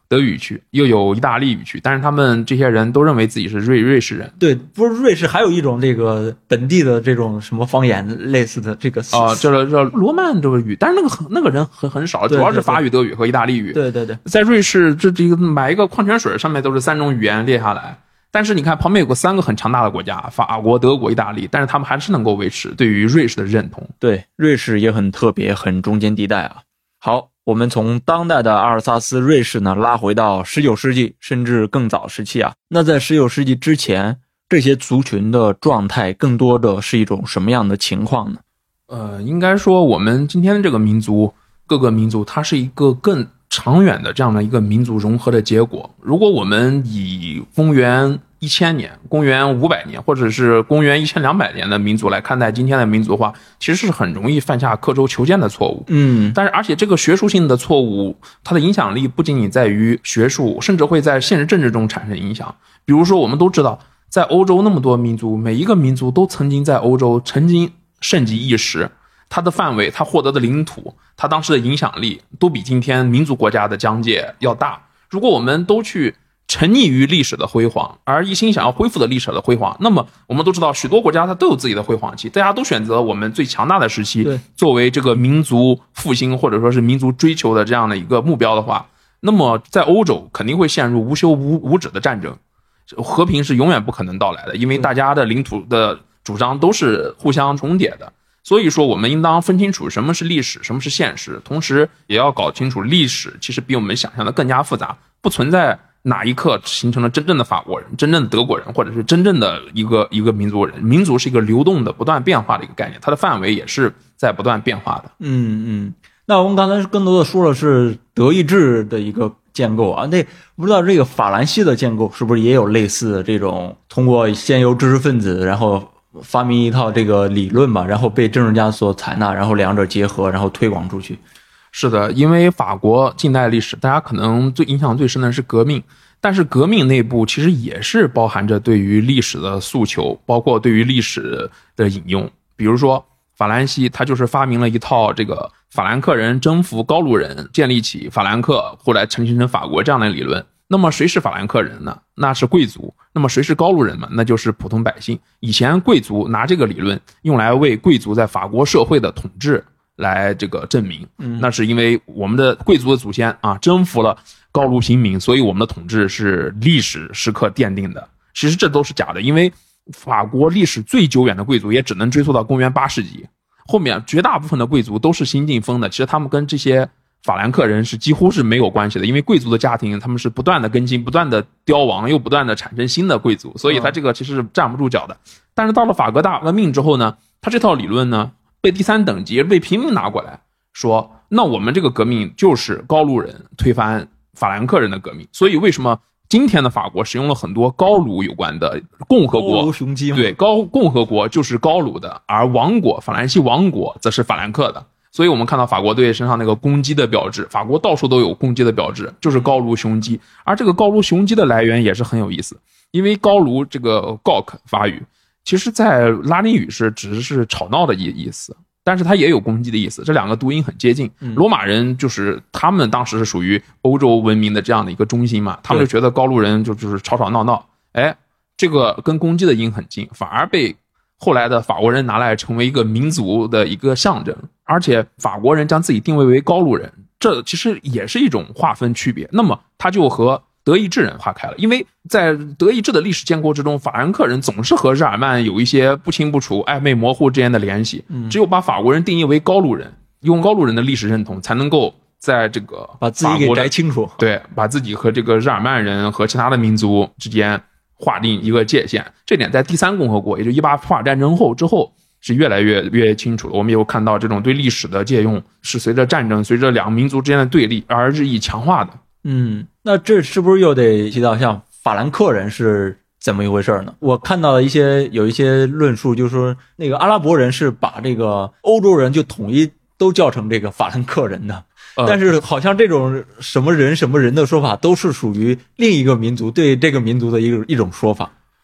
德语区，又有意大利语区，但是他们这些人都认为自己是瑞士人。 对，不是瑞士还有一种这个本地的这种什么方言类似的这个这罗曼这个语，但是那个人很少，主要是法语、德语和意大利语。 对对对， 在瑞士这个买一个矿泉水上面都是3种语言列下来。但是你看，旁边有个3个很强大的国家，法国、德国、意大利，但是他们还是能够维持对于瑞士的认同。 对，瑞士也很特别，很中间地带啊。好，我们从当代的阿尔萨斯、瑞士呢拉回到19世纪甚至更早时期啊。那在19世纪之前，这些族群的状态更多的是一种什么样的情况呢？ 应该说我们今天的这个民族，各个民族它是一个更长远的这样的一个民族融合的结果。如果我们以公元1000年、公元500年或者是公元1200年的民族来看待今天的民族的话，其实是很容易犯下刻舟求剑的错误。但是而且这个学术性的错误，它的影响力不仅仅在于学术，甚至会在现实政治中产生影响。比如说我们都知道，在欧洲那么多民族，每一个民族都曾经在欧洲盛极一时，它的范围，它获得的领土，它当时的影响力都比今天民族国家的疆界要大。如果我们都去沉溺于历史的辉煌，而一心想要恢复的历史的辉煌，那么我们都知道许多国家它都有自己的辉煌期，大家都选择我们最强大的时期作为这个民族复兴或者说是民族追求的这样的一个目标的话，那么在欧洲肯定会陷入无休无止的战争，和平是永远不可能到来的，因为大家的领土的主张都是互相重叠的。所以说我们应当分清楚什么是历史，什么是现实，同时也要搞清楚历史其实比我们想象的更加复杂，不存在哪一刻形成了真正的法国人、真正的德国人，或者是真正的一个民族人。民族是一个流动的、不断变化的一个概念，它的范围也是在不断变化的。 那我们刚才更多的说的是德意志的一个建构啊，那不知道这个法兰西的建构是不是也有类似的这种通过先由知识分子，然后发明一套这个理论吧，然后被政治家所采纳，然后两者结合，然后推广出去。 是的，因为法国近代历史，大家可能影响最深的是革命，但是革命内部其实也是包含着对于历史的诉求，包括对于历史的引用。比如说法兰西，他就是发明了一套这个法兰克人征服高卢人，建立起法兰克，后来成型法国这样的理论。那么谁是法兰克人呢？那是贵族。那么谁是高卢人呢？那就是普通百姓。以前贵族拿这个理论用来为贵族在法国社会的统治来这个证明，那是因为我们的贵族的祖先啊征服了高卢平民，所以我们的统治是历史时刻奠定的。其实这都是假的，因为法国历史最久远的贵族也只能追溯到公元8世纪，后面绝大部分的贵族都是新晋封的，其实他们跟这些法兰克人是几乎是没有关系的，因为贵族的家庭他们是不断的更新，不断的凋亡，又不断的产生新的贵族，所以他这个其实是站不住脚的。但是到了法国大革命之后呢，他这套理论呢被第三等级被平民拿过来说，那我们这个革命就是高卢人推翻法兰克人的革命。所以为什么今天的法国使用了很多高卢有关的共和国， 高卢雄鸡， 对，共和国就是高卢的，而王国法兰西王国则是法兰克的。所以我们看到法国队身上那个公鸡的标志，法国到处都有公鸡的标志，就是高卢雄鸡。而这个高卢雄鸡的来源也是很有意思，因为高卢这个 Gauque 法语其实在拉丁语是只是吵闹的意思，但是它也有公鸡的意思，这两个读音很接近。罗马人就是他们当时是属于欧洲文明的这样的一个中心嘛，他们就觉得高卢人就是吵吵闹闹，这个跟公鸡的音很近，反而被后来的法国人拿来成为一个民族的一个象征。而且法国人将自己定位为高卢人，这其实也是一种划分区别，那么他就和德意志人划开了。因为在德意志的历史建构之中，法兰克人总是和日耳曼有一些不清不楚、暧昧模糊之间的联系，只有把法国人定义为高卢人，用高卢人的历史认同，才能够在这个把自己给摘清楚， 对，把自己和这个日耳曼人和其他的民族之间划定一个界限。这点在第三共和国，也就18法战争之后是越来越清楚了。我们有看到这种对历史的借用是随着战争、随着两个民族之间的对立而日益强化的。 那这是不是又得提到像法兰克人是怎么一回事呢？我看到有一些论述，就是说那个阿拉伯人是把这个欧洲人就统一都叫成这个法兰克人的，但是好像这种什么人的说法都是属于另一个民族对这个民族的一种说法。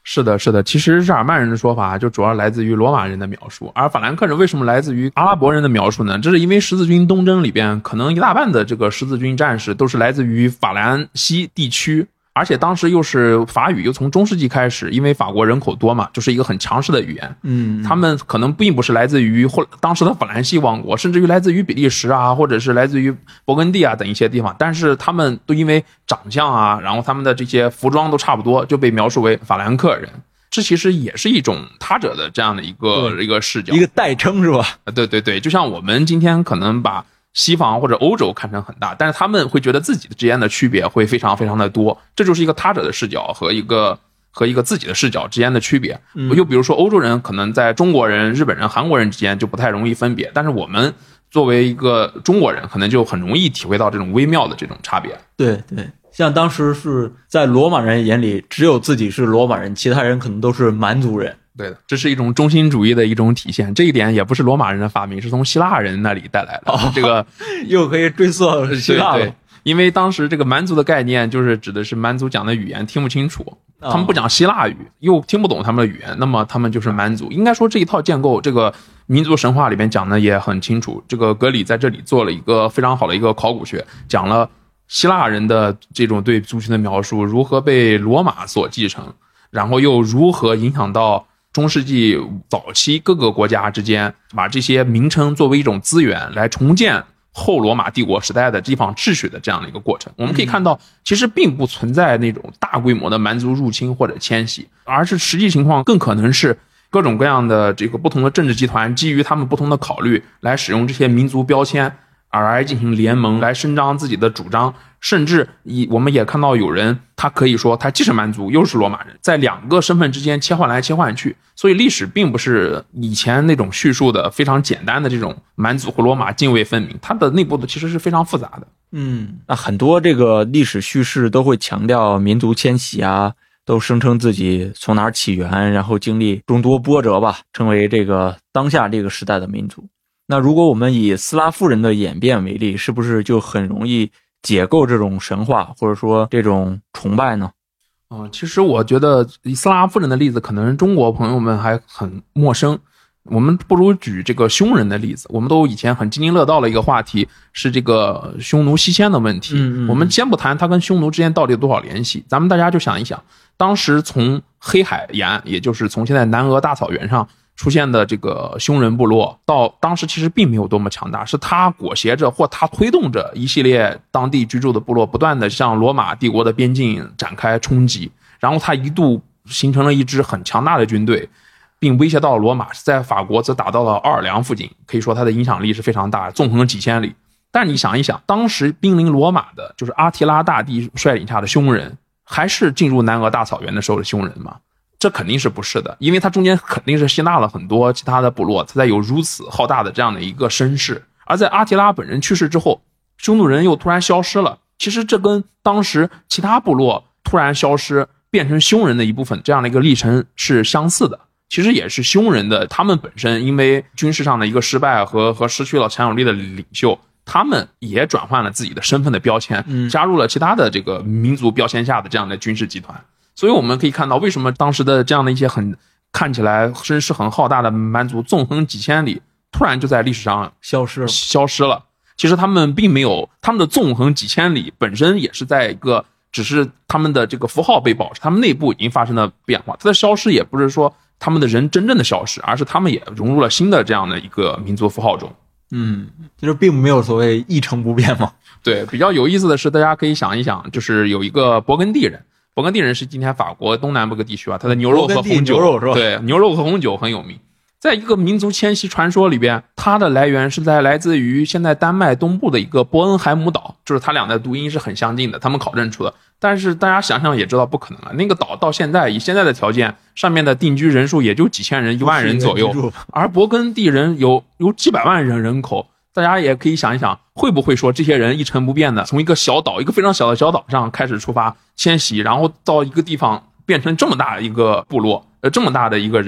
是的，是的。其实日耳曼人的说法就主要来自于罗马人的描述，而法兰克人为什么来自于阿拉伯人的描述呢？这是因为十字军东征里边，可能一大半的这个十字军战士都是来自于法兰西地区。而且当时又是法语，又从中世纪开始，因为法国人口多嘛，就是一个很强势的语言。他们可能并不是来自于当时的法兰西王国，甚至于来自于比利时啊，或者是来自于勃艮第啊等一些地方，但是他们都因为长相啊，然后他们的这些服装都差不多，就被描述为法兰克人。这其实也是一种他者的这样的一个视角， 一个代称是吧？ 对对对，就像我们今天可能把西方或者欧洲看成很大，但是他们会觉得自己之间的区别会非常非常的多，这就是一个他者的视角和一个自己的视角之间的区别。又比如说欧洲人可能在中国人、日本人、韩国人之间就不太容易分别，但是我们作为一个中国人，可能就很容易体会到这种微妙的这种差别。 对对，像当时是在罗马人眼里，只有自己是罗马人，其他人可能都是蛮族人。 对的，这是一种中心主义的一种体现，这一点也不是罗马人的发明，是从希腊人那里带来的。这个又可以追溯到希腊了。 对，因为当时这个蛮族的概念就是指的是蛮族讲的语言听不清楚，他们不讲希腊语，又听不懂他们的语言，那么他们就是蛮族。应该说这一套建构，这个民族神话里面讲的也很清楚。这个格里在这里做了一个非常好的一个考古学，讲了希腊人的这种对族群的描述如何被罗马所继承，然后又如何影响到中世纪早期各个国家之间，把这些名称作为一种资源来重建后罗马帝国时代的地方秩序的这样的一个过程。我们可以看到，其实并不存在那种大规模的蛮族入侵或者迁徙，而是实际情况更可能是各种各样的这个不同的政治集团基于他们不同的考虑来使用这些民族标签而来进行联盟，来伸张自己的主张。甚至我们也看到有人他可以说他既是蛮族又是罗马人，在两个身份之间切换来切换去。所以历史并不是以前那种叙述的非常简单的这种蛮族和罗马泾渭分明，它的内部的其实是非常复杂的。 那很多这个历史叙事都会强调民族迁徙啊，都声称自己从哪儿起源，然后经历众多波折吧，成为这个当下这个时代的民族。那如果我们以斯拉夫人的演变为例，是不是就很容易解构这种神话或者说这种崇拜呢？ 其实我觉得斯拉夫人的例子可能中国朋友们还很陌生，我们不如举这个匈人的例子。我们都以前很津津乐道的一个话题是这个匈奴西迁的问题。我们先不谈它跟匈奴之间到底有多少联系，咱们大家就想一想，当时从黑海沿，也就是从现在南俄大草原上出现的这个匈人部落，到当时其实并没有多么强大，是他裹挟着或他推动着一系列当地居住的部落不断的向罗马帝国的边境展开冲击，然后他一度形成了一支很强大的军队，并威胁到了罗马，在法国则打到了奥尔良附近，可以说他的影响力是非常大的，纵横几千里。但你想一想，当时兵临罗马的就是阿提拉大帝率领下的匈人，还是进入南俄大草原的时候的匈人吗？这肯定是不是的，因为它中间肯定是吸纳了很多其他的部落，它才有如此浩大的这样的一个声势。而在阿提拉本人去世之后，匈奴人又突然消失了，其实这跟当时其他部落突然消失变成匈人的一部分这样的一个历程是相似的。其实也是匈人的他们本身因为军事上的一个失败和失去了强有力的领袖，他们也转换了自己的身份的标签，加入了其他的这个民族标签下的这样的军事集团。所以我们可以看到，为什么当时的这样的一些看起来声势很浩大的蛮族纵横几千里，突然就在历史上消失了。其实他们并没有，他们的纵横几千里本身也是在一个只是他们的这个符号被保持，他们内部已经发生了变化。它的消失也不是说他们的人真正的消失，而是他们也融入了新的这样的一个民族符号中。 就是并没有所谓一成不变嘛。 对，比较有意思的是，大家可以想一想，就是有一个勃艮第人。勃艮第人是今天法国东南部个地区啊，它的牛肉和红酒，对，牛肉和红酒很有名。在一个民族迁徙传说里边，它的来源是来自于现在丹麦东部的一个波恩海姆岛，就是它俩的读音是很相近的，他们考证出的。但是大家想想也知道不可能了，那个岛到现在以现在的条件，上面的定居人数也就几千人、1万人左右，而勃艮第人有几百万人口。大家也可以想一想，会不会说这些人一成不变的从一个小岛，一个非常小的小岛上开始出发迁徙，然后到一个地方变成这么大一个部落，这么大的一个人，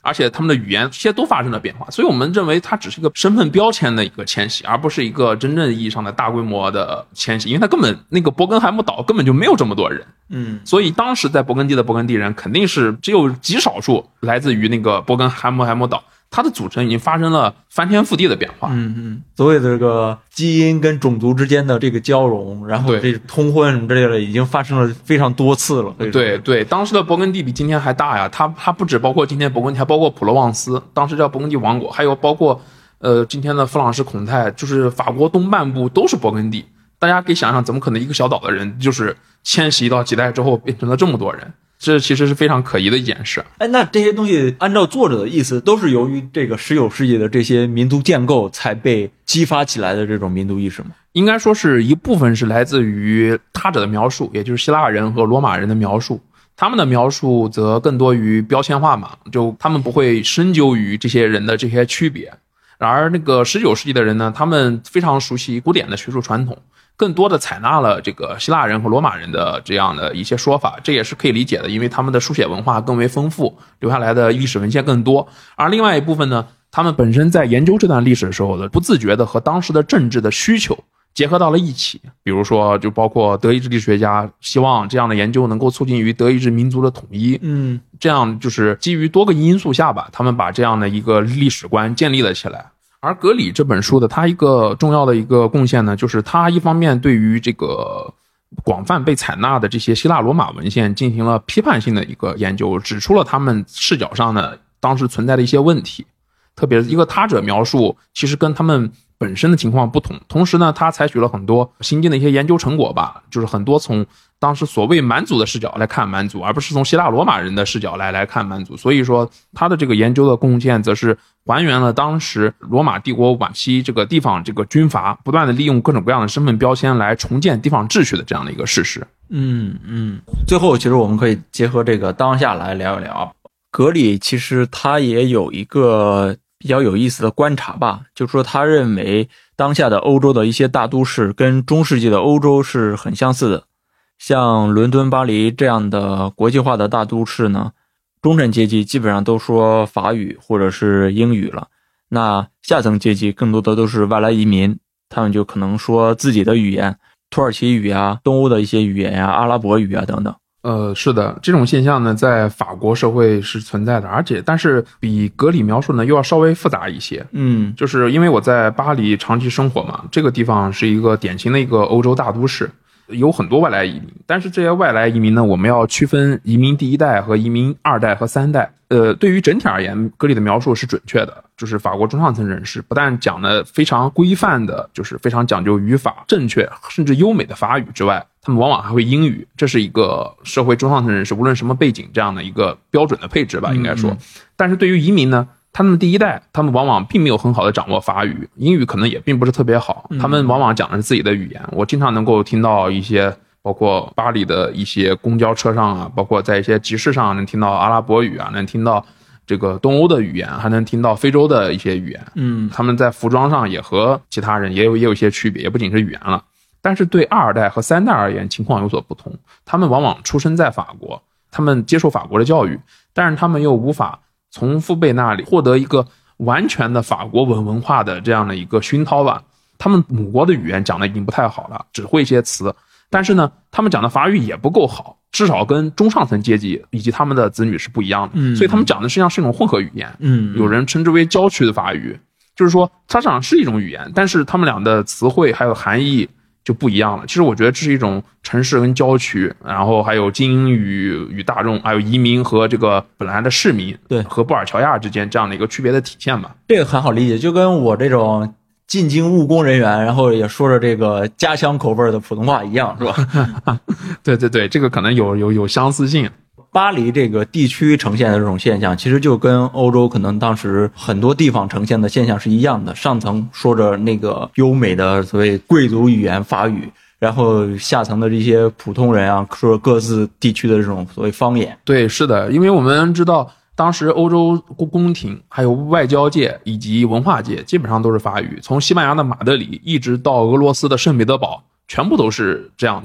而且他们的语言这些都发生了变化，所以我们认为它只是一个身份标签的一个迁徙，而不是一个真正意义上的大规模的迁徙，因为它根本那个伯根海姆岛根本就没有这么多人，所以当时在勃艮第的勃艮第人肯定是只有极少数来自于那个伯根海姆岛，它的组成已经发生了翻天覆地的变化。 所谓的这个基因跟种族之间的这个交融，然后这通婚什么之类的，已经发生了非常多次了。 对对，当时的勃艮第比今天还大呀，它不只包括今天勃艮第，还包括普罗旺斯，当时叫勃艮第王国，还有包括今天的弗朗士孔泰，就是法国东半部都是勃艮第。大家可以想想，怎么可能一个小岛的人就是迁徙到几代之后变成了这么多人？这其实是非常可疑的一件事。 那这些东西按照作者的意思，都是由于这个19世纪的这些民族建构才被激发起来的这种民族意识吗？ 应该说是一部分是来自于他者的描述，也就是希腊人和罗马人的描述。他们的描述则更多于标签化嘛，就他们不会深究于这些人的这些区别。然而那个19世纪的人呢，他们非常熟悉古典的学术传统，更多的采纳了这个希腊人和罗马人的这样的一些说法，这也是可以理解的，因为他们的书写文化更为丰富，留下来的历史文献更多。而另外一部分呢，他们本身在研究这段历史的时候的不自觉的和当时的政治的需求结合到了一起，比如说就包括德意志历史学家希望这样的研究能够促进于德意志民族的统一，这样就是基于多个因素下吧，他们把这样的一个历史观建立了起来。而格里这本书的他一个重要的一个贡献呢，就是他一方面对于这个广泛被采纳的这些希腊罗马文献进行了批判性的一个研究，指出了他们视角上呢当时存在的一些问题，特别是一个他者描述其实跟他们本身的情况不同，同时呢他采取了很多新进的一些研究成果吧，就是很多从当时所谓蛮族的视角来看蛮族，而不是从希腊罗马人的视角来看蛮族。所以说他的这个研究的贡献则是还原了当时罗马帝国晚期这个地方这个军阀不断的利用各种各样的身份标签来重建地方秩序的这样的一个事实。 最后其实我们可以结合这个当下来聊一聊。格里其实他也有一个比较有意思的观察吧，就是说他认为当下的欧洲的一些大都市跟中世纪的欧洲是很相似的，像伦敦、巴黎这样的国际化的大都市呢，中产阶级基本上都说法语或者是英语了，那下层阶级更多的都是外来移民，他们就可能说自己的语言，土耳其语啊、东欧的一些语言啊、阿拉伯语啊等等。 是的，这种现象呢，在法国社会是存在的，但是比格里描述呢又要稍微复杂一些。就是因为我在巴黎长期生活嘛，这个地方是一个典型的一个欧洲大都市，有很多外来移民，但是这些外来移民呢，我们要区分移民第一代和移民二代和三代。对于整体而言，格里的描述是准确的，就是法国中上层人士不但讲了非常规范的，就是非常讲究语法正确甚至优美的法语之外，他们往往还会英语，这是一个社会中上层人士无论什么背景这样的一个标准的配置吧，应该说。但是对于移民呢，他们第一代他们往往并没有很好的掌握法语，英语可能也并不是特别好，他们往往讲的是自己的语言。我经常能够听到一些包括巴黎的一些公交车上啊，包括在一些集市上能听到阿拉伯语啊，能听到这个东欧的语言，还能听到非洲的一些语言。他们在服装上也和其他人也有一些区别，也不仅是语言了。但是对二代和三代而言情况有所不同，他们往往出生在法国，他们接受法国的教育，但是他们又无法从父辈那里获得一个完全的法国文化的这样的一个熏陶吧。他们母国的语言讲的已经不太好了，只会一些词，但是呢他们讲的法语也不够好，至少跟中上层阶级以及他们的子女是不一样的。所以他们讲的实际上是一种混合语言。有人称之为郊区的法语，就是说它实际上是一种语言，但是他们俩的词汇还有含义就不一样了。其实我觉得这是一种城市跟郊区，然后还有精英与大众，还有移民和这个本来的市民， 对，和布尔乔亚之间这样的一个区别的体现吧。 这个很好理解，就跟我这种进京务工人员，然后也说着这个家乡口味的普通话一样，是吧？ 对对对，这个可能有相似性。 巴黎这个地区呈现的这种现象，其实就跟欧洲可能当时很多地方呈现的现象是一样的。上层说着那个优美的所谓贵族语言法语，然后下层的这些普通人啊，说各自地区的这种所谓方言。 对，是的，因为我们知道当时欧洲宫廷还有外交界以及文化界基本上都是法语，从西班牙的马德里一直到俄罗斯的圣彼得堡全部都是这样子的。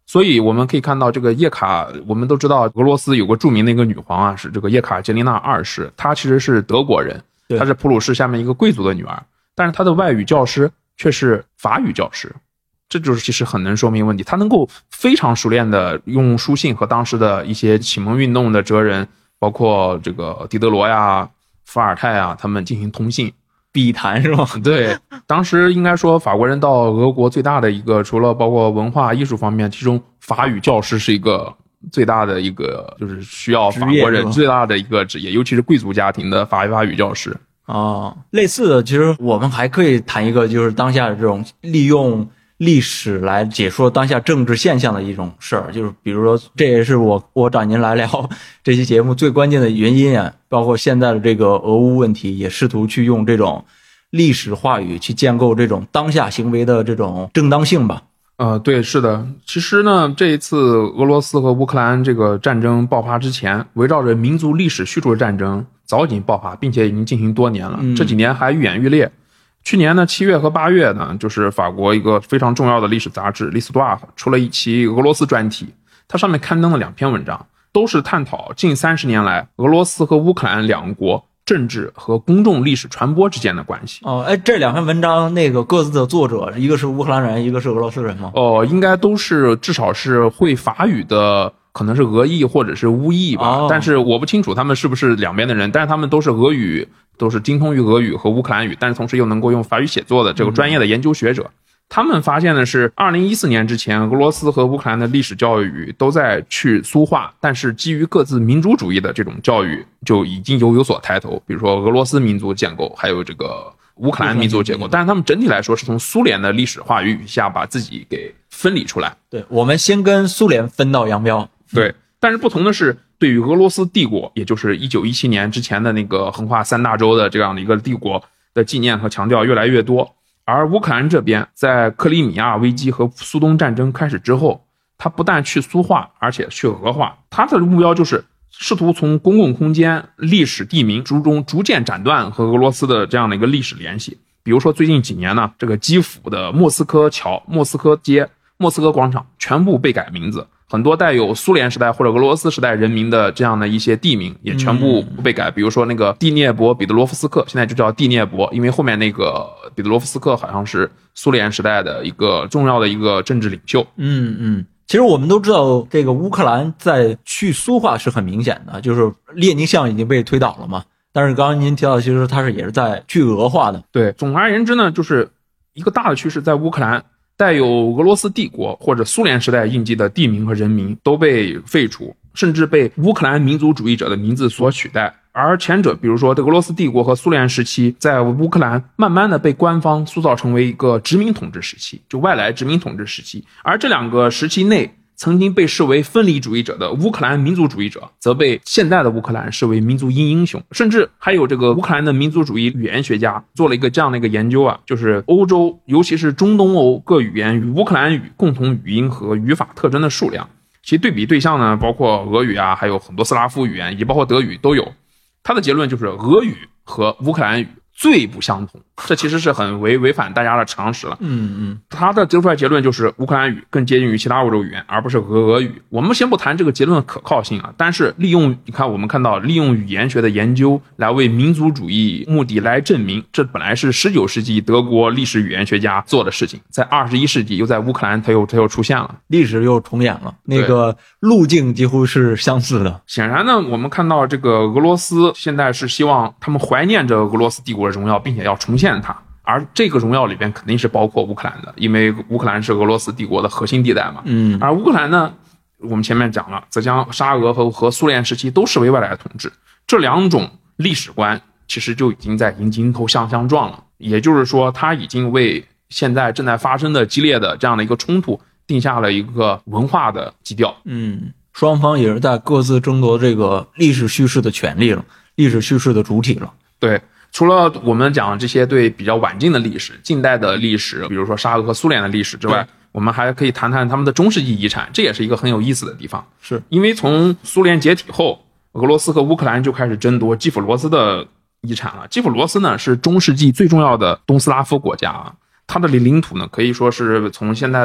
所以我们可以看到这个叶卡，我们都知道俄罗斯有个著名的一个女皇啊，是这个叶卡捷琳娜二世，她其实是德国人，她是普鲁士下面一个贵族的女儿，但是她的外语教师却是法语教师，这就是其实很能说明问题。她能够非常熟练的用书信和当时的一些启蒙运动的哲人，包括这个狄德罗呀、伏尔泰啊，他们进行通信。 笔谈是吗？ 对，当时应该说法国人到俄国最大的一个，除了包括文化艺术方面，其中法语教师是一个最大的一个，就是需要法国人最大的一个职业，尤其是贵族家庭的法语教师。 类似的，其实我们还可以谈一个，就是当下的这种利用历史来解说当下政治现象的一种事儿，就是比如说，这也是我找您来聊这期节目最关键的原因啊，包括现在的这个俄乌问题，也试图去用这种历史话语去建构这种当下行为的这种正当性吧。 对，是的。其实呢，这一次俄罗斯和乌克兰这个战争爆发之前，围绕着民族历史叙述的战争早已经爆发，并且已经进行多年了，这几年还愈演愈烈。去年呢，7月和8月呢，就是法国一个非常重要的历史杂志《l'Histoire》出了一期俄罗斯专题，它上面刊登了2篇文章，都是探讨近30年来俄罗斯和乌克兰两国政治和公众历史传播之间的关系。 这2篇文章那个各自的作者，一个是乌克兰人，一个是俄罗斯人吗？ 应该都是至少是会法语的，可能是俄裔或者是乌裔吧，但是我不清楚他们是不是两边的人，但是他们都是俄语，都是精通于俄语和乌克兰语，但是同时又能够用法语写作的这个专业的研究学者。他们发现的是2014年之前，俄罗斯和乌克兰的历史教育都在去苏化，但是基于各自民族主义的这种教育就已经有所抬头，比如说俄罗斯民族建构，还有这个乌克兰民族结构，但是他们整体来说是从苏联的历史话语下把自己给分离出来。 对，我们先跟苏联分道扬镳。 对，但是不同的是，对于俄罗斯帝国，也就是1917年之前的那个横跨3大洲的这样的一个帝国的纪念和强调越来越多。而乌克兰这边在克里米亚危机和苏东战争开始之后，它不但去苏化，而且去俄化。它的目标就是试图从公共空间、历史地名中逐渐斩断和俄罗斯的这样的一个历史联系。比如说最近几年呢，这个基辅的莫斯科桥、莫斯科街、莫斯科广场全部被改名字，很多带有苏联时代或者俄罗斯时代人民的这样的一些地名也全部被改。比如说那个蒂涅博彼得罗夫斯克现在就叫蒂涅博，因为后面那个彼得罗夫斯克好像是苏联时代的一个重要的一个政治领袖。 其实我们都知道这个乌克兰在去苏化是很明显的，就是列宁像已经被推倒了嘛，但是刚刚您提到其实它也是在去俄化的。 对，总而言之呢，就是一个大的趋势，在乌克兰带有俄罗斯帝国或者苏联时代印记的地名和人名都被废除，甚至被乌克兰民族主义者的名字所取代。而前者比如说俄罗斯帝国和苏联时期在乌克兰慢慢的被官方塑造成为一个殖民统治时期，就外来殖民统治时期。而这两个时期内曾经被视为分离主义者的乌克兰民族主义者则被现代的乌克兰视为民族英雄。甚至还有这个乌克兰的民族主义语言学家做了一个这样的一个研究啊，就是欧洲尤其是中东欧各语言与乌克兰语共同语音和语法特征的数量，其对比对象呢包括俄语啊，还有很多斯拉夫语言以及包括德语都有。他的结论就是俄语和乌克兰语最不相同，这其实是很违反大家的常识了。他的得出来结论就是乌克兰语更接近于其他欧洲语言，而不是俄语。我们先不谈这个结论的可靠性啊，但是我们看到利用语言学的研究来为民族主义目的来证明，这本来是19世纪德国历史语言学家做的事情，在21世纪又在乌克兰它又出现了， 历史又重演了，那个路径几乎是相似的。 显然呢，我们看到这个俄罗斯现在是希望他们怀念着俄罗斯帝国的荣耀，并且要重现它，而这个荣耀里边肯定是包括乌克兰的，因为乌克兰是俄罗斯帝国的核心地带嘛。而乌克兰呢，我们前面讲了，则将沙俄和苏联时期都视为外来统治，这两种历史观其实就已经在迎头相撞了。也就是说，它已经为现在正在发生的激烈的这样的一个冲突定下了一个文化的基调。 双方也是在各自争夺这个历史叙事的权利了，历史叙事的主体了。 对，除了我们讲这些对比较晚近的历史、近代的历史，比如说沙俄和苏联的历史之外，我们还可以谈谈他们的中世纪遗产，这也是一个很有意思的地方。 是因为从苏联解体后，俄罗斯和乌克兰就开始争夺基辅罗斯的遗产了。基辅罗斯呢是中世纪最重要的东斯拉夫国家啊，它的领土呢可以说是从现在的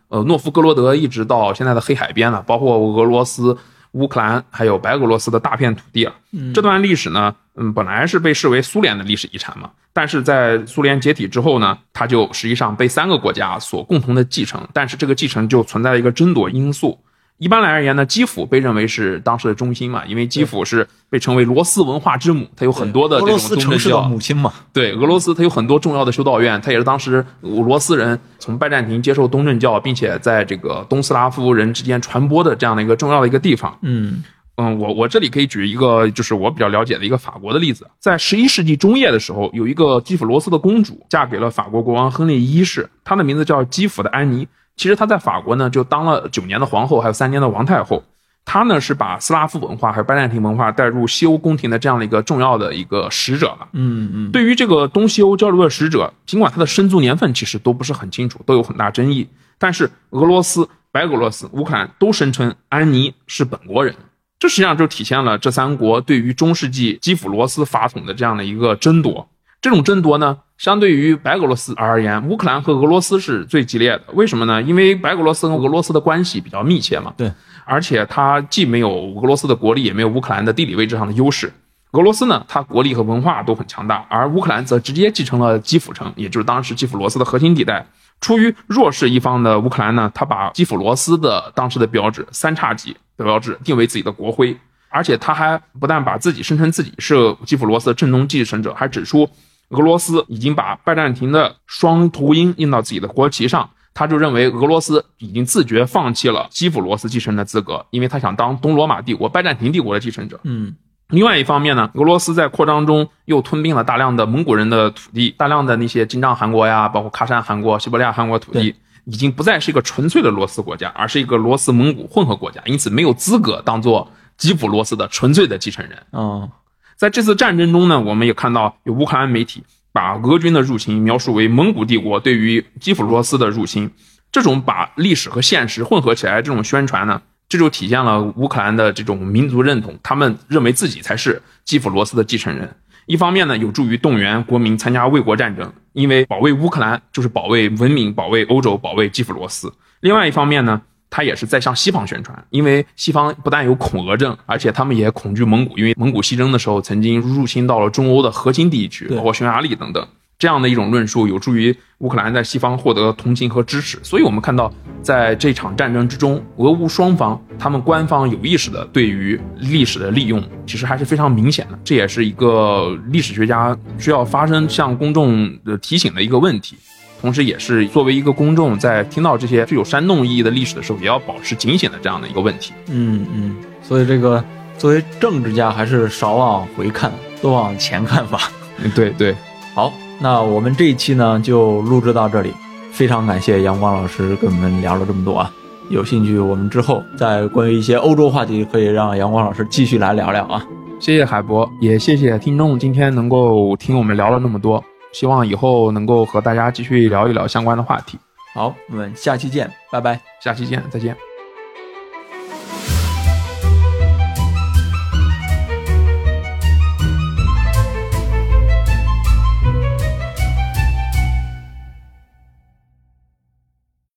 诺夫哥罗德一直到现在的黑海边了，包括俄罗斯、乌克兰还有白俄罗斯的大片土地了。这段历史呢，本来是被视为苏联的历史遗产嘛，但是在苏联解体之后呢，它就实际上被3个国家所共同的继承，但是这个继承就存在了一个争夺因素。一般来而言呢，基辅被认为是当时的中心嘛，因为基辅是被称为罗斯文化之母，它有很多的这种宗教， 俄罗斯城市的母亲嘛。 对，俄罗斯它有很多重要的修道院，它也是当时俄罗斯人从拜占庭接受东正教，并且在这个东斯拉夫人之间传播的这样的一个重要的一个地方。我这里可以举一个就是我比较了解的一个法国的例子，在11世纪中叶的时候，有一个基辅罗斯的公主嫁给了法国国王亨利一世，她的名字叫基辅的安妮。其实她在法国呢就当了9年的皇后，还有3年的王太后。她呢是把斯拉夫文化还有拜占庭文化带入西欧宫廷的这样的一个重要的一个使者了。对于这个东西欧交流的使者，尽管他的生卒年份其实都不是很清楚，都有很大争议，但是俄罗斯、白俄罗斯、乌克兰都声称安妮是本国人。这实际上就体现了这3国对于中世纪基辅罗斯法统的这样的一个争夺。这种争夺呢，相对于白俄罗斯而言，乌克兰和俄罗斯是最激烈的。为什么呢？因为白俄罗斯跟俄罗斯的关系比较密切嘛。 对， 而且它既没有俄罗斯的国力，也没有乌克兰的地理位置上的优势。俄罗斯呢，它国力和文化都很强大，而乌克兰则直接继承了基辅城，也就是当时基辅罗斯的核心地带。出于弱势一方的乌克兰呢，他把基辅罗斯的当时的标志3叉戟的标志定为自己的国徽，而且他还不但把自己声称自己是基辅罗斯的正宗继承者，还指出俄罗斯已经把拜占庭的双头鹰印到自己的国旗上，他就认为俄罗斯已经自觉放弃了基辅罗斯继承的资格，因为他想当东罗马帝国拜占庭帝国的继承者。另外一方面呢，俄罗斯在扩张中又吞并了大量的蒙古人的土地，大量的那些金帐汗国呀，包括喀山汗国、西伯利亚汗国土地，已经不再是一个纯粹的罗斯国家，而是一个罗斯蒙古混合国家，因此没有资格当做基辅罗斯的纯粹的继承人。在这次战争中呢，我们也看到有乌克兰媒体把俄军的入侵描述为蒙古帝国对于基辅罗斯的入侵，这种把历史和现实混合起来这种宣传呢，这就体现了乌克兰的这种民族认同，他们认为自己才是基辅罗斯的继承人。一方面呢，有助于动员国民参加卫国战争，因为保卫乌克兰就是保卫文明、保卫欧洲、保卫基辅罗斯。另外一方面呢，他也是在向西方宣传，因为西方不但有恐俄症，而且他们也恐惧蒙古，因为蒙古西征的时候曾经入侵到了中欧的核心地区，包括匈牙利等等。这样的一种论述有助于乌克兰在西方获得同情和支持。所以我们看到在这场战争之中，俄乌双方他们官方有意识的对于历史的利用其实还是非常明显的，这也是一个历史学家需要发声向公众提醒的一个问题，同时也是作为一个公众在听到这些具有煽动意义的历史的时候也要保持警醒的这样的一个问题。 所以这个作为政治家还是少往回看，多往前看法。 对， 好，那我们这一期呢就录制到这里，非常感谢阳光老师跟我们聊了这么多啊。有兴趣我们之后在关于一些欧洲话题可以让阳光老师继续来聊聊啊。 谢谢海博，也谢谢听众今天能够听我们聊了那么多，希望以后能够和大家继续聊一聊相关的话题。 好，我们下期见，拜拜。 下期见，再见。